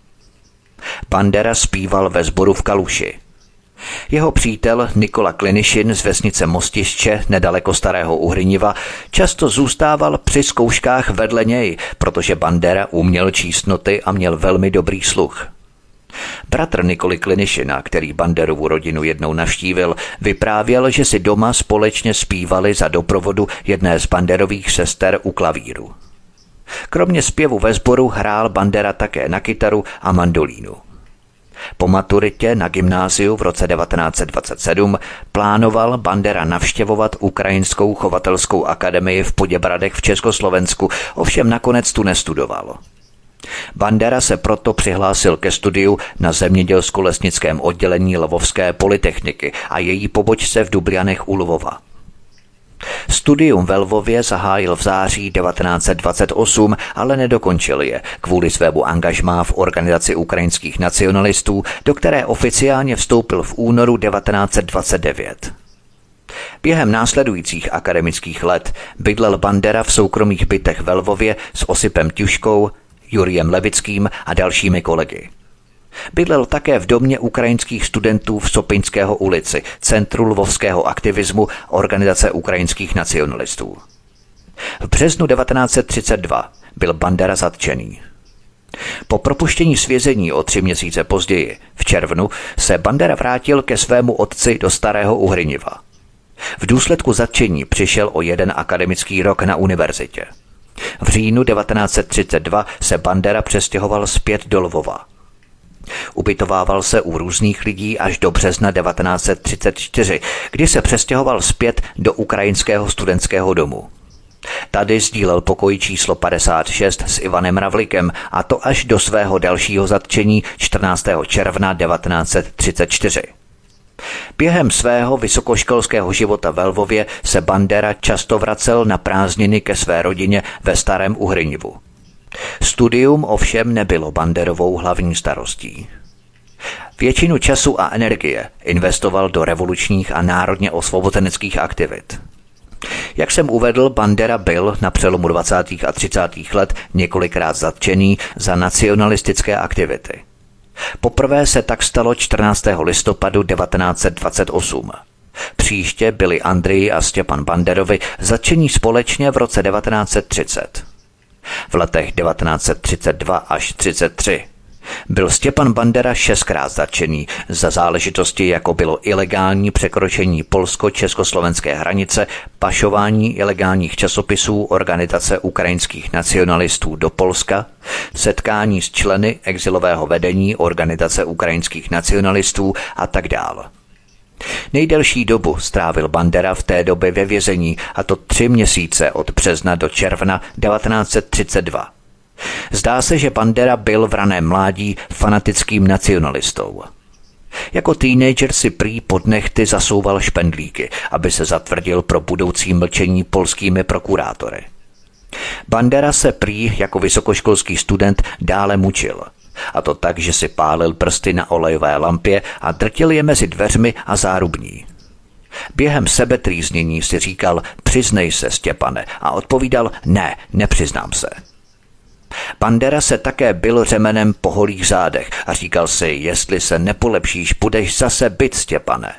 Bandera zpíval ve sboru v Kaluši. Jeho přítel Nikola Klinišin z vesnice Mostiště nedaleko Starého Uhryniva často zůstával při zkouškách vedle něj, protože Bandera uměl číst noty a měl velmi dobrý sluch. Bratr Nikoly Klinišina, který Banderovu rodinu jednou navštívil, vyprávěl, že si doma společně zpívali za doprovodu jedné z Banderových sester u klavíru. Kromě zpěvu ve sboru hrál Bandera také na kytaru a mandolínu. Po maturitě na gymnáziu v roce 1927 plánoval Bandera navštěvovat Ukrajinskou chovatelskou akademii v Poděbradech v Československu, ovšem nakonec tu nestudoval. Bandera se proto přihlásil ke studiu na zemědělsko-lesnickém oddělení Lvovské polytechniky a její pobočce v Dubljanech u Lvova. Studium ve Lvově zahájil v září 1928, ale nedokončil je kvůli svému angažmá v organizaci ukrajinských nacionalistů, do které oficiálně vstoupil v únoru 1929. Během následujících akademických let bydlel Bandera v soukromých bytech ve Lvově s Osipem Ťuškou, Jurijem Levickým a dalšími kolegy. Bydlel také v domě ukrajinských studentů v Sopiňského ulici, centru lvovského aktivismu organizace ukrajinských nacionalistů. V březnu 1932 byl Bandera zatčený. Po propuštění z vězení o 3 měsíce později, v červnu, se Bandera vrátil ke svému otci do Starého Uhryniva. V důsledku zatčení přišel o 1 akademický rok na univerzitě. V říjnu 1932 se Bandera přestěhoval zpět do Lvova. Ubytovával se u různých lidí až do března 1934, kdy se přestěhoval zpět do ukrajinského studentského domu. Tady sdílel pokoj číslo 56 s Ivanem Ravlikem, a to až do svého dalšího zatčení 14. června 1934. Během svého vysokoškolského života ve Lvově se Bandera často vracel na prázdniny ke své rodině ve Starém Uhrynivu. Studium ovšem nebylo Banderovou hlavní starostí. Většinu času a energie investoval do revolučních a národně osvobozeneckých aktivit. Jak jsem uvedl, Bandera byl na přelomu 20. a 30. let několikrát zatčený za nacionalistické aktivity. Poprvé se tak stalo 14. listopadu 1928. Příště byli Andrej a Stěpan Banderovi zatčení společně v roce 1930. V letech 1932 až 1933 byl Stěpan Bandera 6krát zatčený za záležitosti, jako bylo ilegální překročení polsko-československé hranice, pašování ilegálních časopisů organizace ukrajinských nacionalistů do Polska, setkání s členy exilového vedení organizace ukrajinských nacionalistů a tak dále. Nejdelší dobu strávil Bandera v té době ve vězení, a to 3 měsíce od března do června 1932. Zdá se, že Bandera byl v raném mládí fanatickým nacionalistou. Jako teenager si prý pod nehty zasouval špendlíky, aby se zatvrdil pro budoucí mlčení polskými prokurátory. Bandera se prý jako vysokoškolský student dále mučil. A to tak, že si pálil prsty na olejové lampě a drtil je mezi dveřmi a zárubní. Během sebetrýznění si říkal: přiznej se, Stěpane, a odpovídal: ne, nepřiznám se. Bandera se také bil řemenem po holých zádech a říkal si: jestli se nepolepšíš, budeš zase bit, Stěpane.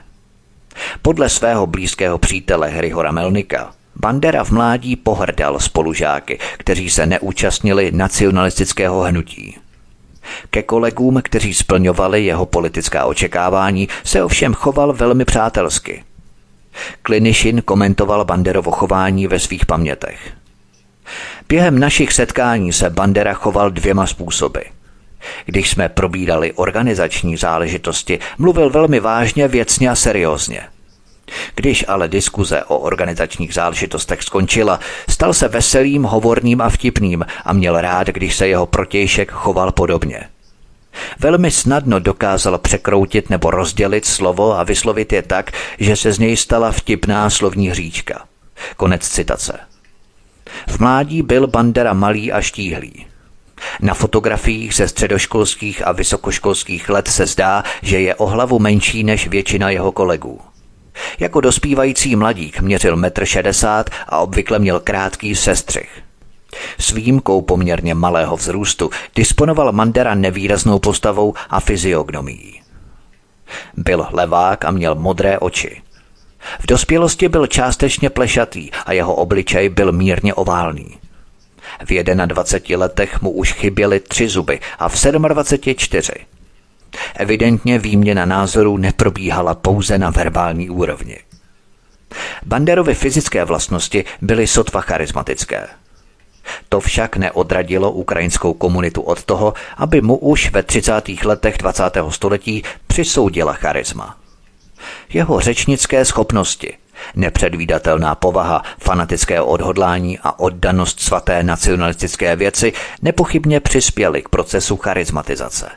Podle svého blízkého přítele Hrihora Melnika Bandera v mládí pohrdal spolužáky, kteří se neúčastnili nacionalistického hnutí. Ke kolegům, kteří splňovali jeho politická očekávání, se ovšem choval velmi přátelsky. Klinišin komentoval Banderovo chování ve svých pamětech. Během našich setkání se Bandera choval 2 způsoby. Když jsme probírali organizační záležitosti, mluvil velmi vážně, věcně a seriózně. Když ale diskuze o organizačních záležitostech skončila, stal se veselým, hovorným a vtipným a měl rád, když se jeho protějšek choval podobně. Velmi snadno dokázal překroutit nebo rozdělit slovo a vyslovit je tak, že se z něj stala vtipná slovní hříčka. Konec citace. V mládí byl Bandera malý a štíhlý. Na fotografiích ze středoškolských a vysokoškolských let se zdá, že je o hlavu menší než většina jeho kolegů. Jako dospívající mladík měřil 1,60 m a obvykle měl krátký sestřih. S výjimkou poměrně malého vzrůstu disponoval Bandera nevýraznou postavou a fyziognomií. Byl levák a měl modré oči. V dospělosti byl částečně plešatý a jeho obličej byl mírně oválný. V 21 letech mu už chyběly 3 zuby a v 27 4. Evidentně výměna názorů neprobíhala pouze na verbální úrovni. Banderovy fyzické vlastnosti byly sotva charismatické. To však neodradilo ukrajinskou komunitu od toho, aby mu už ve 30. letech 20. století přisoudila charisma. Jeho řečnické schopnosti, nepředvídatelná povaha, fanatické odhodlání a oddanost svaté nacionalistické věci nepochybně přispěly k procesu charismatizace.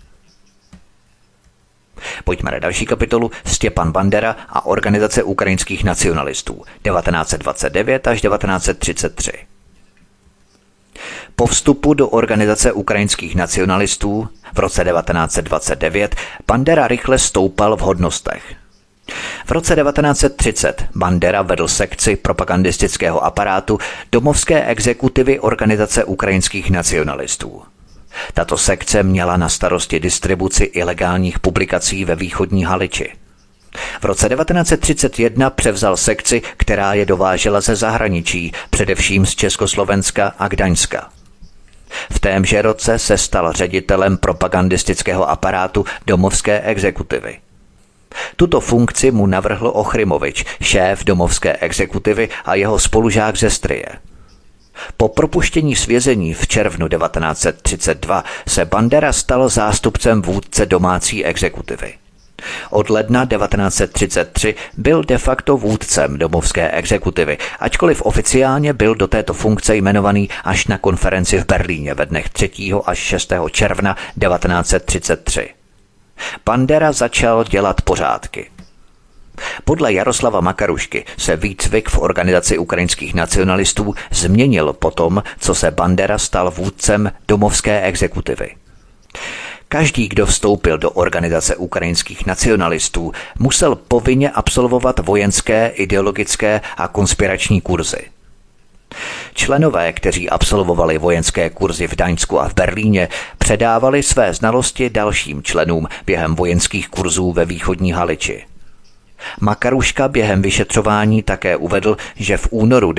Pojďme na další kapitolu Stěpan Bandera a Organizace ukrajinských nacionalistů 1929 až 1933. Po vstupu do Organizace ukrajinských nacionalistů v roce 1929 Bandera rychle stoupal v hodnostech. V roce 1930 Bandera vedl sekci propagandistického aparátu domovské exekutivy Organizace ukrajinských nacionalistů. Tato sekce měla na starosti distribuci ilegálních publikací ve východní Haliči. V roce 1931 převzal sekci, která je dovážela ze zahraničí, především z Československa a Gdaňska. V témže roce se stal ředitelem propagandistického aparátu domovské exekutivy. Tuto funkci mu navrhl Ochrymovič, šéf domovské exekutivy a jeho spolužák ze Stryje. Po propuštění z vězení v červnu 1932 se Bandera stal zástupcem vůdce domácí exekutivy. Od ledna 1933 byl de facto vůdcem domovské exekutivy, ačkoliv oficiálně byl do této funkce jmenovaný až na konferenci v Berlíně ve dnech 3. až 6. června 1933. Bandera začal dělat pořádky. Podle Jaroslava Makarušky se výcvik v Organizaci ukrajinských nacionalistů změnil potom, co se Bandera stal vůdcem domovské exekutivy. Každý, kdo vstoupil do Organizace ukrajinských nacionalistů, musel povinně absolvovat vojenské, ideologické a konspirační kurzy. Členové, kteří absolvovali vojenské kurzy v Gdaňsku a v Berlíně, předávali své znalosti dalším členům během vojenských kurzů ve východní Haliči. Makaruška během vyšetřování také uvedl, že v únoru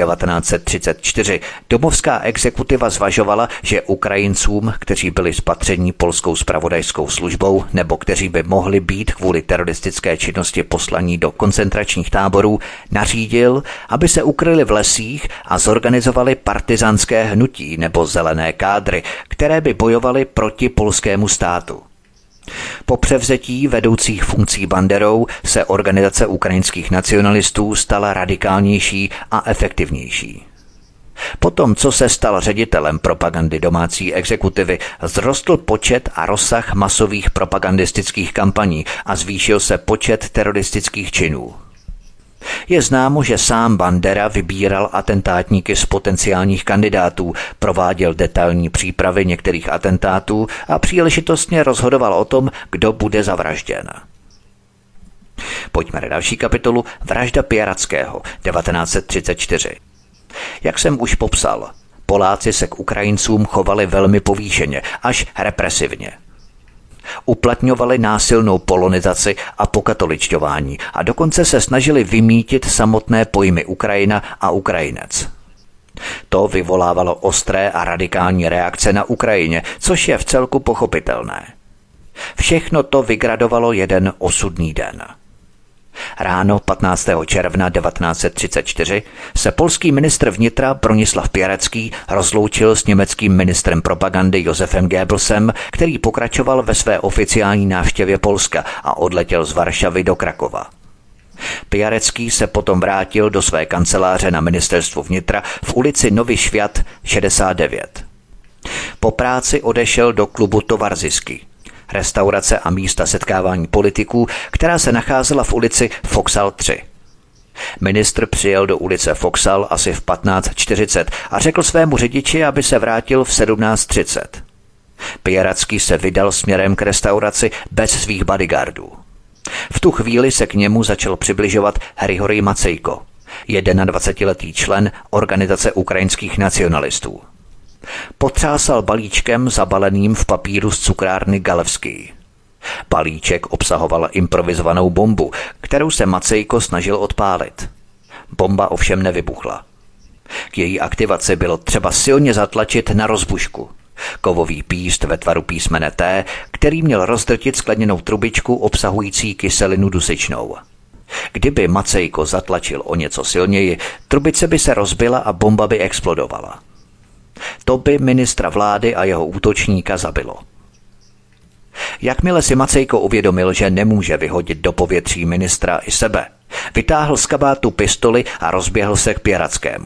1934 domovská exekutiva zvažovala, že Ukrajincům, kteří byli spatření polskou zpravodajskou službou nebo kteří by mohli být kvůli teroristické činnosti poslaní do koncentračních táborů, nařídil, aby se ukryli v lesích a zorganizovali partizánské hnutí nebo zelené kádry, které by bojovaly proti polskému státu. Po převzetí vedoucích funkcí Banderou se Organizace ukrajinských nacionalistů stala radikálnější a efektivnější. Potom, co se stal ředitelem propagandy domácí exekutivy, vzrostl počet a rozsah masových propagandistických kampaní a zvýšil se počet teroristických činů. Je známo, že sám Bandera vybíral atentátníky z potenciálních kandidátů, prováděl detailní přípravy některých atentátů a příležitostně rozhodoval o tom, kdo bude zavražděn. Pojďme na další kapitolu Vražda Pierackého 1934. Jak jsem už popsal, Poláci se k Ukrajincům chovali velmi povýšeně, až represivně. Uplatňovali násilnou polonizaci a pokatoličťování a dokonce se snažili vymýtit samotné pojmy Ukrajina a Ukrajinec. To vyvolávalo ostré a radikální reakce na Ukrajině, což je vcelku pochopitelné. Všechno to vygradovalo jeden osudný den. Ráno 15. června 1934 se polský ministr vnitra Bronislav Piarecký rozloučil s německým ministrem propagandy Josefem Goebbelsem, který pokračoval ve své oficiální návštěvě Polska a odletěl z Varšavy do Krakova. Piarecký se potom vrátil do své kanceláře na ministerstvu vnitra v ulici Nový Svět 69. Po práci odešel do klubu Towarzysky, restaurace a místa setkávání politiků, která se nacházela v ulici Foksal 3. Ministr přijel do ulice Foksal asi v 15:40 a řekl svému řidiči, aby se vrátil v 17:30. Piarecký se vydal směrem k restauraci bez svých bodyguardů. V tu chvíli se k němu začal přibližovat Hrihory Macejko, 21letý člen Organizace ukrajinských nacionalistů. Potřásal balíčkem zabaleným v papíru z cukrárny Galevský. Balíček obsahoval improvizovanou bombu, kterou se Macejko snažil odpálit. Bomba ovšem nevybuchla. K její aktivaci bylo třeba silně zatlačit na rozbušku. Kovový píst ve tvaru písmene T, který měl rozdrtit skleněnou trubičku obsahující kyselinu dusičnou. Kdyby Macejko zatlačil o něco silněji, trubice by se rozbila a bomba by explodovala. To by ministra vlády a jeho útočníka zabilo. Jakmile si Macejko uvědomil, že nemůže vyhodit do povětří ministra i sebe, vytáhl z kabátu pistoli a rozběhl se k Piarackému.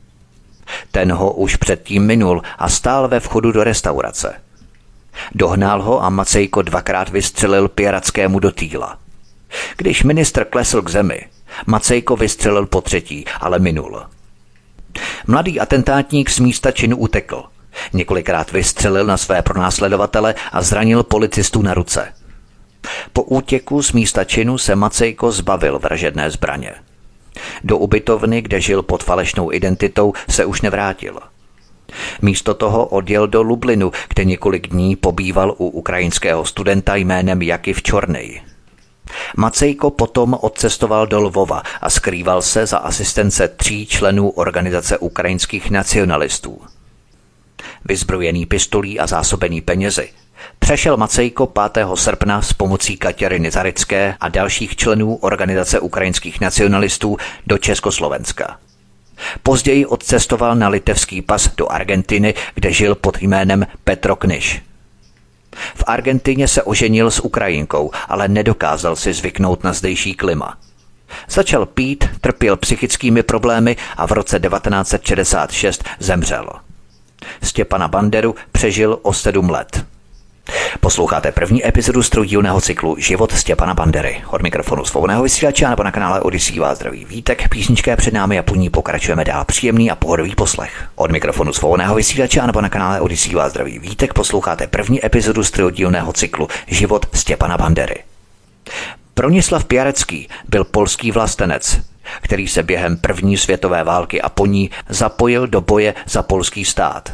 Ten ho už předtím minul a stál ve vchodu do restaurace. Dohnal ho a Macejko dvakrát vystřelil Piarackému do týla. Když ministr klesl k zemi, Macejko vystřelil po třetí, ale minul. Mladý atentátník z místa činu utekl. Několikrát vystřelil na své pronásledovatele a zranil policistu na ruce. Po útěku z místa činu se Macejko zbavil vražedné zbraně. Do ubytovny, kde žil pod falešnou identitou, se už nevrátil. Místo toho odjel do Lublinu, kde několik dní pobýval u ukrajinského studenta jménem Jakiv Čornej. Macejko potom odcestoval do Lvova a skrýval se za asistence 3 členů Organizace ukrajinských nacionalistů. Vyzbrojený pistolí a zásobený penězi, přešel Macejko 5. srpna s pomocí Kateřiny Zarické a dalších členů Organizace ukrajinských nacionalistů do Československa. Později odcestoval na litevský pas do Argentiny, kde žil pod jménem Petro Knyž. V Argentině se oženil s Ukrajinkou, ale nedokázal si zvyknout na zdejší klima. Začal pít, trpěl psychickými problémy a v roce 1966 zemřel. Stěpana Banderu přežil o 7 let. Posloucháte první epizodu z trojdílného cyklu Život Stěpana Bandery. Od mikrofonu svobodného vysílače nebo na kanále Odyssey vás zdraví Vítek, písnička je před námi a po ní pokračujeme dál. Příjemný a pohodový poslech. Od mikrofonu svobodného vysílače nebo na kanále Odyssey vás zdraví Vítek, posloucháte první epizodu z trojdílného cyklu Život Stěpana Bandery. Bronislav Piarecký byl polský vlastenec, který se během první světové války a po ní zapojil do boje za polský stát.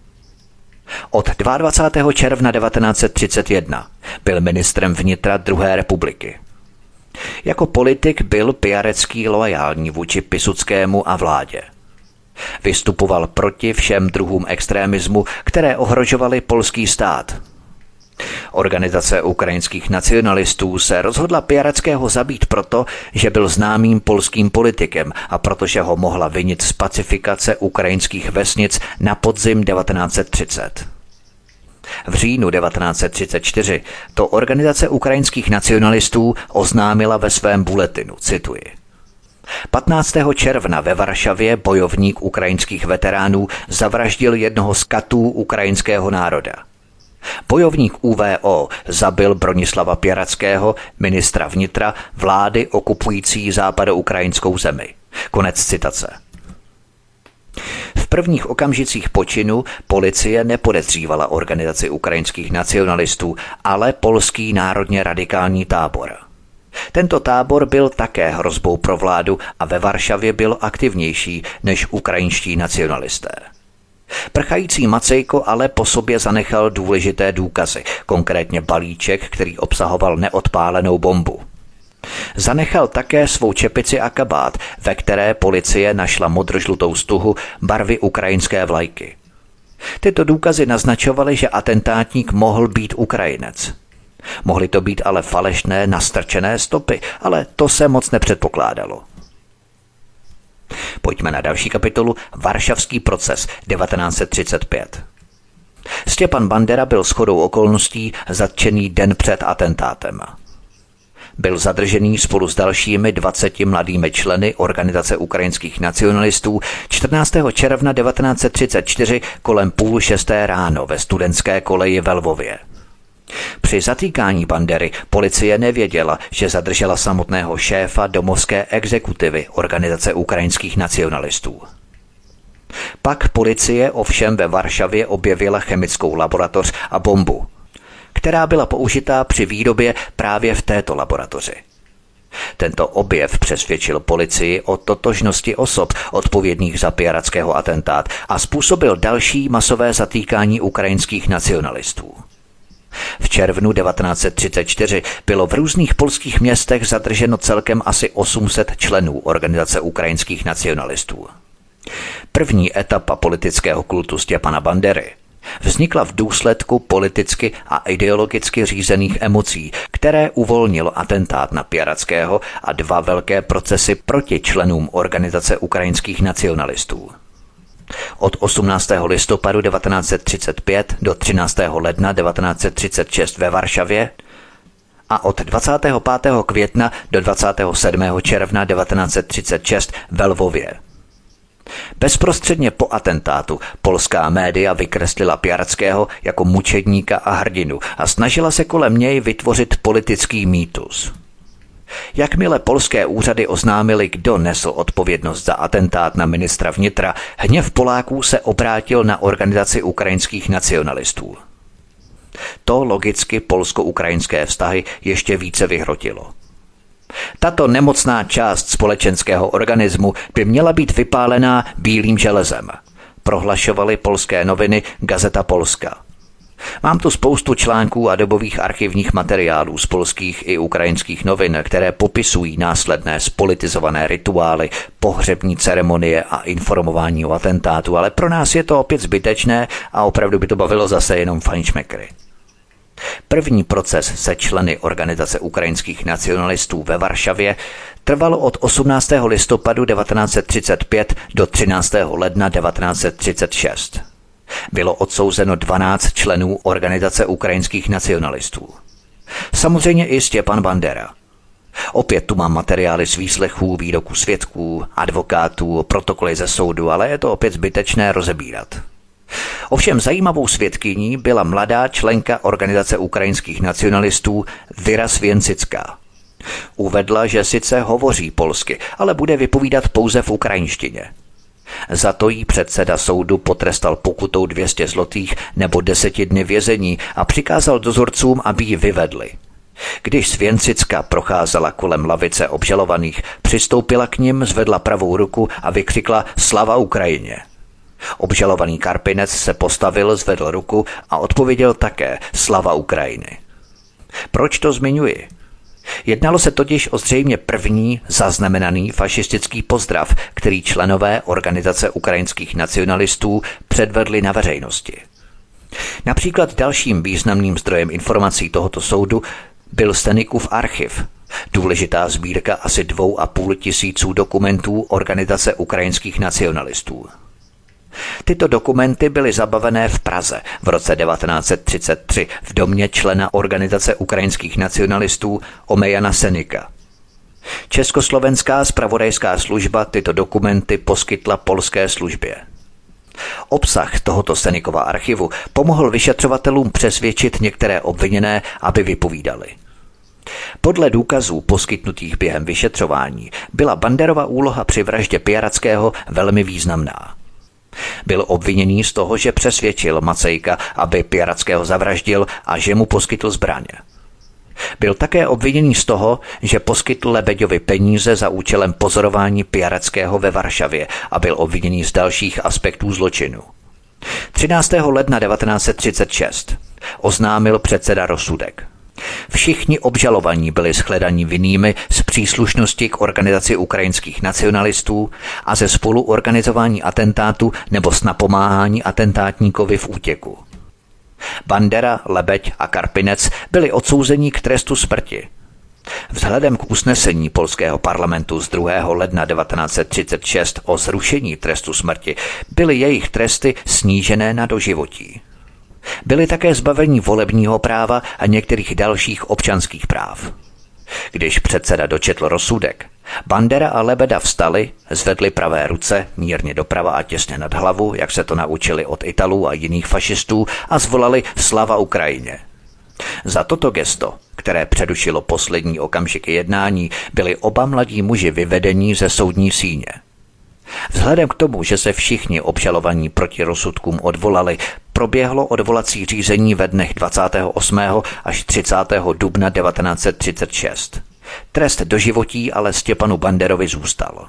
Od 22. června 1931 byl ministrem vnitra druhé republiky. Jako politik byl Piarecký loajální vůči Piłsudskému a vládě. Vystupoval proti všem druhům extremismu, které ohrožovaly polský stát. Organizace ukrajinských nacionalistů se rozhodla Piareckého zabít proto, že byl známým polským politikem a protože ho mohla vinit z pacifikace ukrajinských vesnic na podzim 1930. V říjnu 1934 to Organizace ukrajinských nacionalistů oznámila ve svém bulletinu, cituji: 15. června ve Varšavě bojovník ukrajinských veteránů zavraždil jednoho z katů ukrajinského národa. Bojovník UVO zabil Bronislava Piareckého, ministra vnitra vlády okupující západoukrajinskou zemi. Konec citace. V prvních okamžicích počinu policie nepodezřívala Organizaci ukrajinských nacionalistů, ale polský národně radikální tábor. Tento tábor byl také hrozbou pro vládu a ve Varšavě byl aktivnější než ukrajinští nacionalisté. Prchající Macejko ale po sobě zanechal důležité důkazy, konkrétně balíček, který obsahoval neodpálenou bombu. Zanechal také svou čepici a kabát, ve které policie našla modrožlutou stuhu barvy ukrajinské vlajky. Tyto důkazy naznačovaly, že atentátník mohl být Ukrajinec. Mohly to být ale falešné, nastrčené stopy, ale to se moc nepředpokládalo. Pojďme na další kapitolu. Varšavský proces 1935. Stepan Bandera byl shodou okolností zatčený den před atentátem. Byl zadržený spolu s dalšími 20 mladými členy Organizace ukrajinských nacionalistů 14. června 1934 kolem 5:30 ráno ve Studentské koleji ve Lvově. Při zatýkání Bandery policie nevěděla, že zadržela samotného šéfa domovské exekutivy Organizace ukrajinských nacionalistů. Pak policie ovšem ve Varšavě objevila chemickou laboratoř a bombu, která byla použitá při výrobě právě v této laboratoři. Tento objev přesvědčil policii o totožnosti osob odpovědných za piarackého atentát a způsobil další masové zatýkání ukrajinských nacionalistů. V červnu 1934 bylo v různých polských městech zadrženo celkem asi 800 členů Organizace ukrajinských nacionalistů. První etapa politického kultu Stěpana Bandery vznikla v důsledku politicky a ideologicky řízených emocí, které uvolnilo atentát na Piarackého a 2 velké procesy proti členům Organizace ukrajinských nacionalistů. Od 18. listopadu 1935 do 13. ledna 1936 ve Varšavě a od 25. května do 27. června 1936 ve Lvově. Bezprostředně po atentátu polská média vykreslila Piarackého jako mučedníka a hrdinu a snažila se kolem něj vytvořit politický mýtus. Jakmile polské úřady oznámily, kdo nesl odpovědnost za atentát na ministra vnitra, hněv Poláků se obrátil na Organizaci ukrajinských nacionalistů. To logicky polsko-ukrajinské vztahy ještě více vyhrotilo. Tato nemocná část společenského organismu by měla být vypálená bílým železem, prohlašovaly polské noviny Gazeta Polska. Mám tu spoustu článků a dobových archivních materiálů z polských i ukrajinských novin, které popisují následné spolitizované rituály, pohřební ceremonie a informování o atentátu, ale pro nás je to opět zbytečné a opravdu by to bavilo zase jenom fajnšmekry. První proces se členy Organizace ukrajinských nacionalistů ve Varšavě trval od 18. listopadu 1935 do 13. ledna 1936. Bylo odsouzeno 12 členů Organizace ukrajinských nacionalistů. Samozřejmě i Stěpan Bandera. Opět tu mám materiály z výslechů, výroků svědků, advokátů, protokoly ze soudu, ale je to opět zbytečné rozebírat. Ovšem zajímavou svědkyní byla mladá členka Organizace ukrajinských nacionalistů Věra Svěncická. Uvedla, že sice hovoří polsky, ale bude vypovídat pouze v ukrajinštině. Za to jí předseda soudu potrestal pokutou 200 zlotých nebo 10 dny vězení a přikázal dozorcům, aby ji vyvedli. Když Svěncická procházela kolem lavice obžalovaných, přistoupila k nim, zvedla pravou ruku a vykřikla Slava Ukrajině. Obžalovaný Karpinec se postavil, zvedl ruku a odpověděl také Slava Ukrajiny. Proč to zmiňuji? Jednalo se totiž o zřejmě první zaznamenaný fašistický pozdrav, který členové Organizace ukrajinských nacionalistů předvedli na veřejnosti. Například dalším významným zdrojem informací tohoto soudu byl Stenikův archiv, důležitá sbírka asi 2,5 tisíců dokumentů Organizace ukrajinských nacionalistů. Tyto dokumenty byly zabavené v Praze v roce 1933 v domě člena Organizace ukrajinských nacionalistů Omejana Senika. Československá zpravodajská služba tyto dokumenty poskytla polské službě. Obsah tohoto Senikova archivu pomohl vyšetřovatelům přesvědčit některé obviněné, aby vypovídali. Podle důkazů poskytnutých během vyšetřování byla Banderova úloha při vraždě Piarackého velmi významná. Byl obviněný z toho, že přesvědčil Macejka, aby Piarackého zavraždil a že mu poskytl zbraně. Byl také obviněný z toho, že poskytl Lebeďovi peníze za účelem pozorování Piarackého ve Varšavě a byl obviněný z dalších aspektů zločinu. 13. ledna 1936 oznámil předseda rozsudek. Všichni obžalovaní byli shledaní vinnými z příslušnosti k Organizaci ukrajinských nacionalistů a ze spoluorganizování atentátu nebo s napomáhání atentátníkovi v útěku. Bandera, Lebeď a Karpinec byli odsouzeni k trestu smrti. Vzhledem k usnesení polského parlamentu z 2. ledna 1936 o zrušení trestu smrti byly jejich tresty snížené na doživotí. Byli také zbaveni volebního práva a některých dalších občanských práv. Když předseda dočetl rozsudek, Bandera a Lebeda vstali, zvedli pravé ruce mírně doprava a těsně nad hlavu, jak se to naučili od Italů a jiných fašistů, a zvolali Slava Ukrajině. Za toto gesto, které přerušilo poslední okamžiky jednání, byli oba mladí muži vyvedeni ze soudní síně. Vzhledem k tomu, že se všichni obžalovaní proti rozsudkům odvolali, proběhlo odvolací řízení ve dnech 28. až 30. dubna 1936. Trest doživotí ale Stěpanu Banderovi zůstal.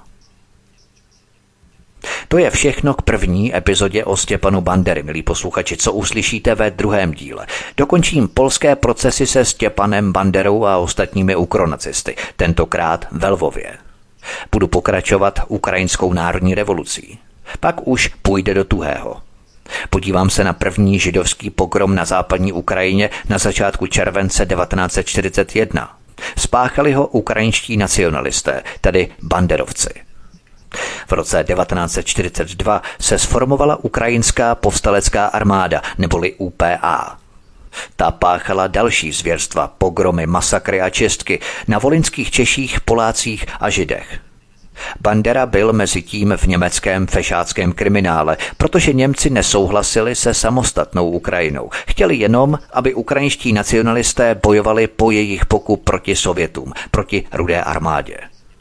To je všechno k první epizodě o Stěpanu Bandery, milí posluchači, co uslyšíte ve druhém díle. Dokončím polské procesy se Stěpanem Banderou a ostatními ukronacisty, tentokrát ve Lvově. Budu pokračovat ukrajinskou národní revolucí. Pak už půjde do tuhého. Podívám se na první židovský pogrom na západní Ukrajině na začátku července 1941. Spáchali ho ukrajinští nacionalisté, tedy banderovci. V roce 1942 se sformovala Ukrajinská povstalecká armáda, neboli UPA. Ta páchala další zvěrstva, pogromy, masakry a čistky na volyňských Češích, Polácích a Židech. Bandera byl mezi tím v německém fešáckém kriminále, protože Němci nesouhlasili se samostatnou Ukrajinou. Chtěli jenom, aby ukrajinští nacionalisté bojovali po jejich boku proti Sovětům, proti Rudé armádě.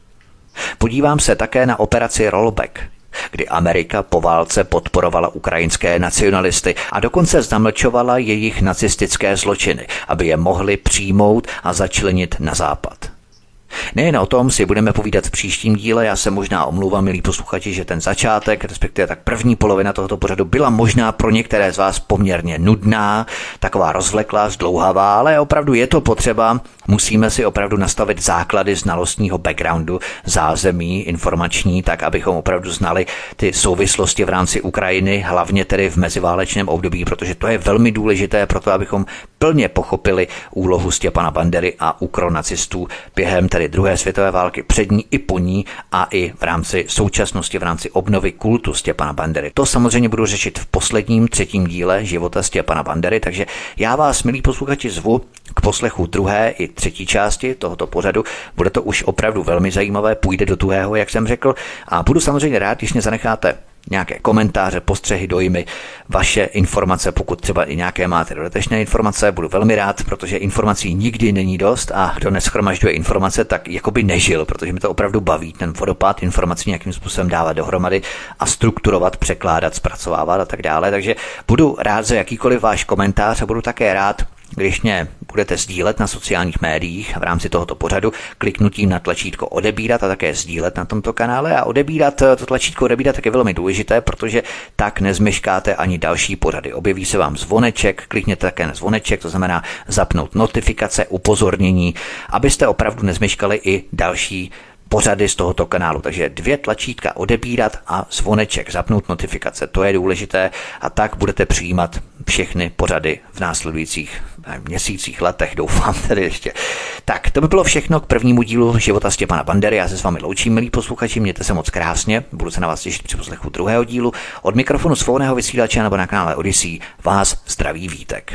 Podívám se také na operaci Rollback, kdy Amerika po válce podporovala ukrajinské nacionalisty a dokonce zamlčovala jejich nacistické zločiny, aby je mohli přijmout a začlenit na západ. Nejen o tom si budeme povídat v příštím díle, já se možná omlouvám, milí posluchači, že ten začátek, respektive tak první polovina tohoto pořadu byla možná pro některé z vás poměrně nudná, taková rozvleklá, zdlouhavá, ale opravdu je to potřeba, musíme si opravdu nastavit základy znalostního backgroundu, zázemí informační, tak abychom opravdu znali ty souvislosti v rámci Ukrajiny, hlavně tedy v meziválečném období, protože to je velmi důležité pro to, abychom plně pochopili úlohu Stěpana Bandery a ukronacistů během tedy druhé světové války, před ní i po ní a i v rámci současnosti, v rámci obnovy kultu Stěpana Bandery. To samozřejmě budu řešit v posledním třetím díle života Stěpana Bandery, takže já vás, milí posluchači, zvu k poslechu druhé i třetí části tohoto pořadu. Bude to už opravdu velmi zajímavé, půjde do tuhého, jak jsem řekl, a budu samozřejmě rád, když mě zanecháte nějaké komentáře, postřehy, dojmy, vaše informace, pokud třeba i nějaké máte dodatečné informace, budu velmi rád, protože informací nikdy není dost a kdo neshromažďuje informace, tak jakoby nežil, protože mi to opravdu baví, ten vodopád informací nějakým způsobem dávat dohromady a strukturovat, překládat, zpracovávat a tak dále, takže budu rád za jakýkoliv váš komentář a budu také rád, když mě budete sdílet na sociálních médiích v rámci tohoto pořadu kliknutím na tlačítko odebírat a také sdílet na tomto kanále a odebírat, to tlačítko odebírat tak je velmi důležité, protože tak nezmeškáte ani další pořady. Objeví se vám zvoneček, klikněte také na zvoneček, to znamená zapnout notifikace, upozornění, abyste opravdu nezmeškali i další pořady z tohoto kanálu. Takže 2 tlačítka odebírat a zvoneček, zapnout notifikace, to je důležité a tak budete přijímat všechny pořady v následujících měsících, letech, doufám tedy ještě. Tak, to by bylo všechno k prvnímu dílu života Stěpana Bandery. Já se s vámi loučím, milí posluchači, mějte se moc krásně, budu se na vás těšit při poslechu druhého dílu. Od mikrofonu svobodného vysílače nebo na kanále Odyssey vás zdraví Vítek.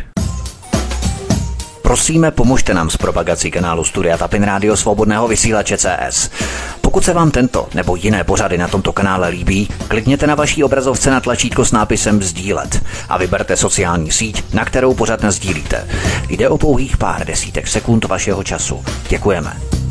Prosíme, pomožte nám s propagací kanálu Studia Tapin Rádio Svobodného vysílače CS. Pokud se vám tento nebo jiné pořady na tomto kanále líbí, klikněte na vaší obrazovce na tlačítko s nápisem sdílet a vyberte sociální síť, na kterou pořad nasdílíte. Jde o pouhých pár desítek sekund vašeho času. Děkujeme.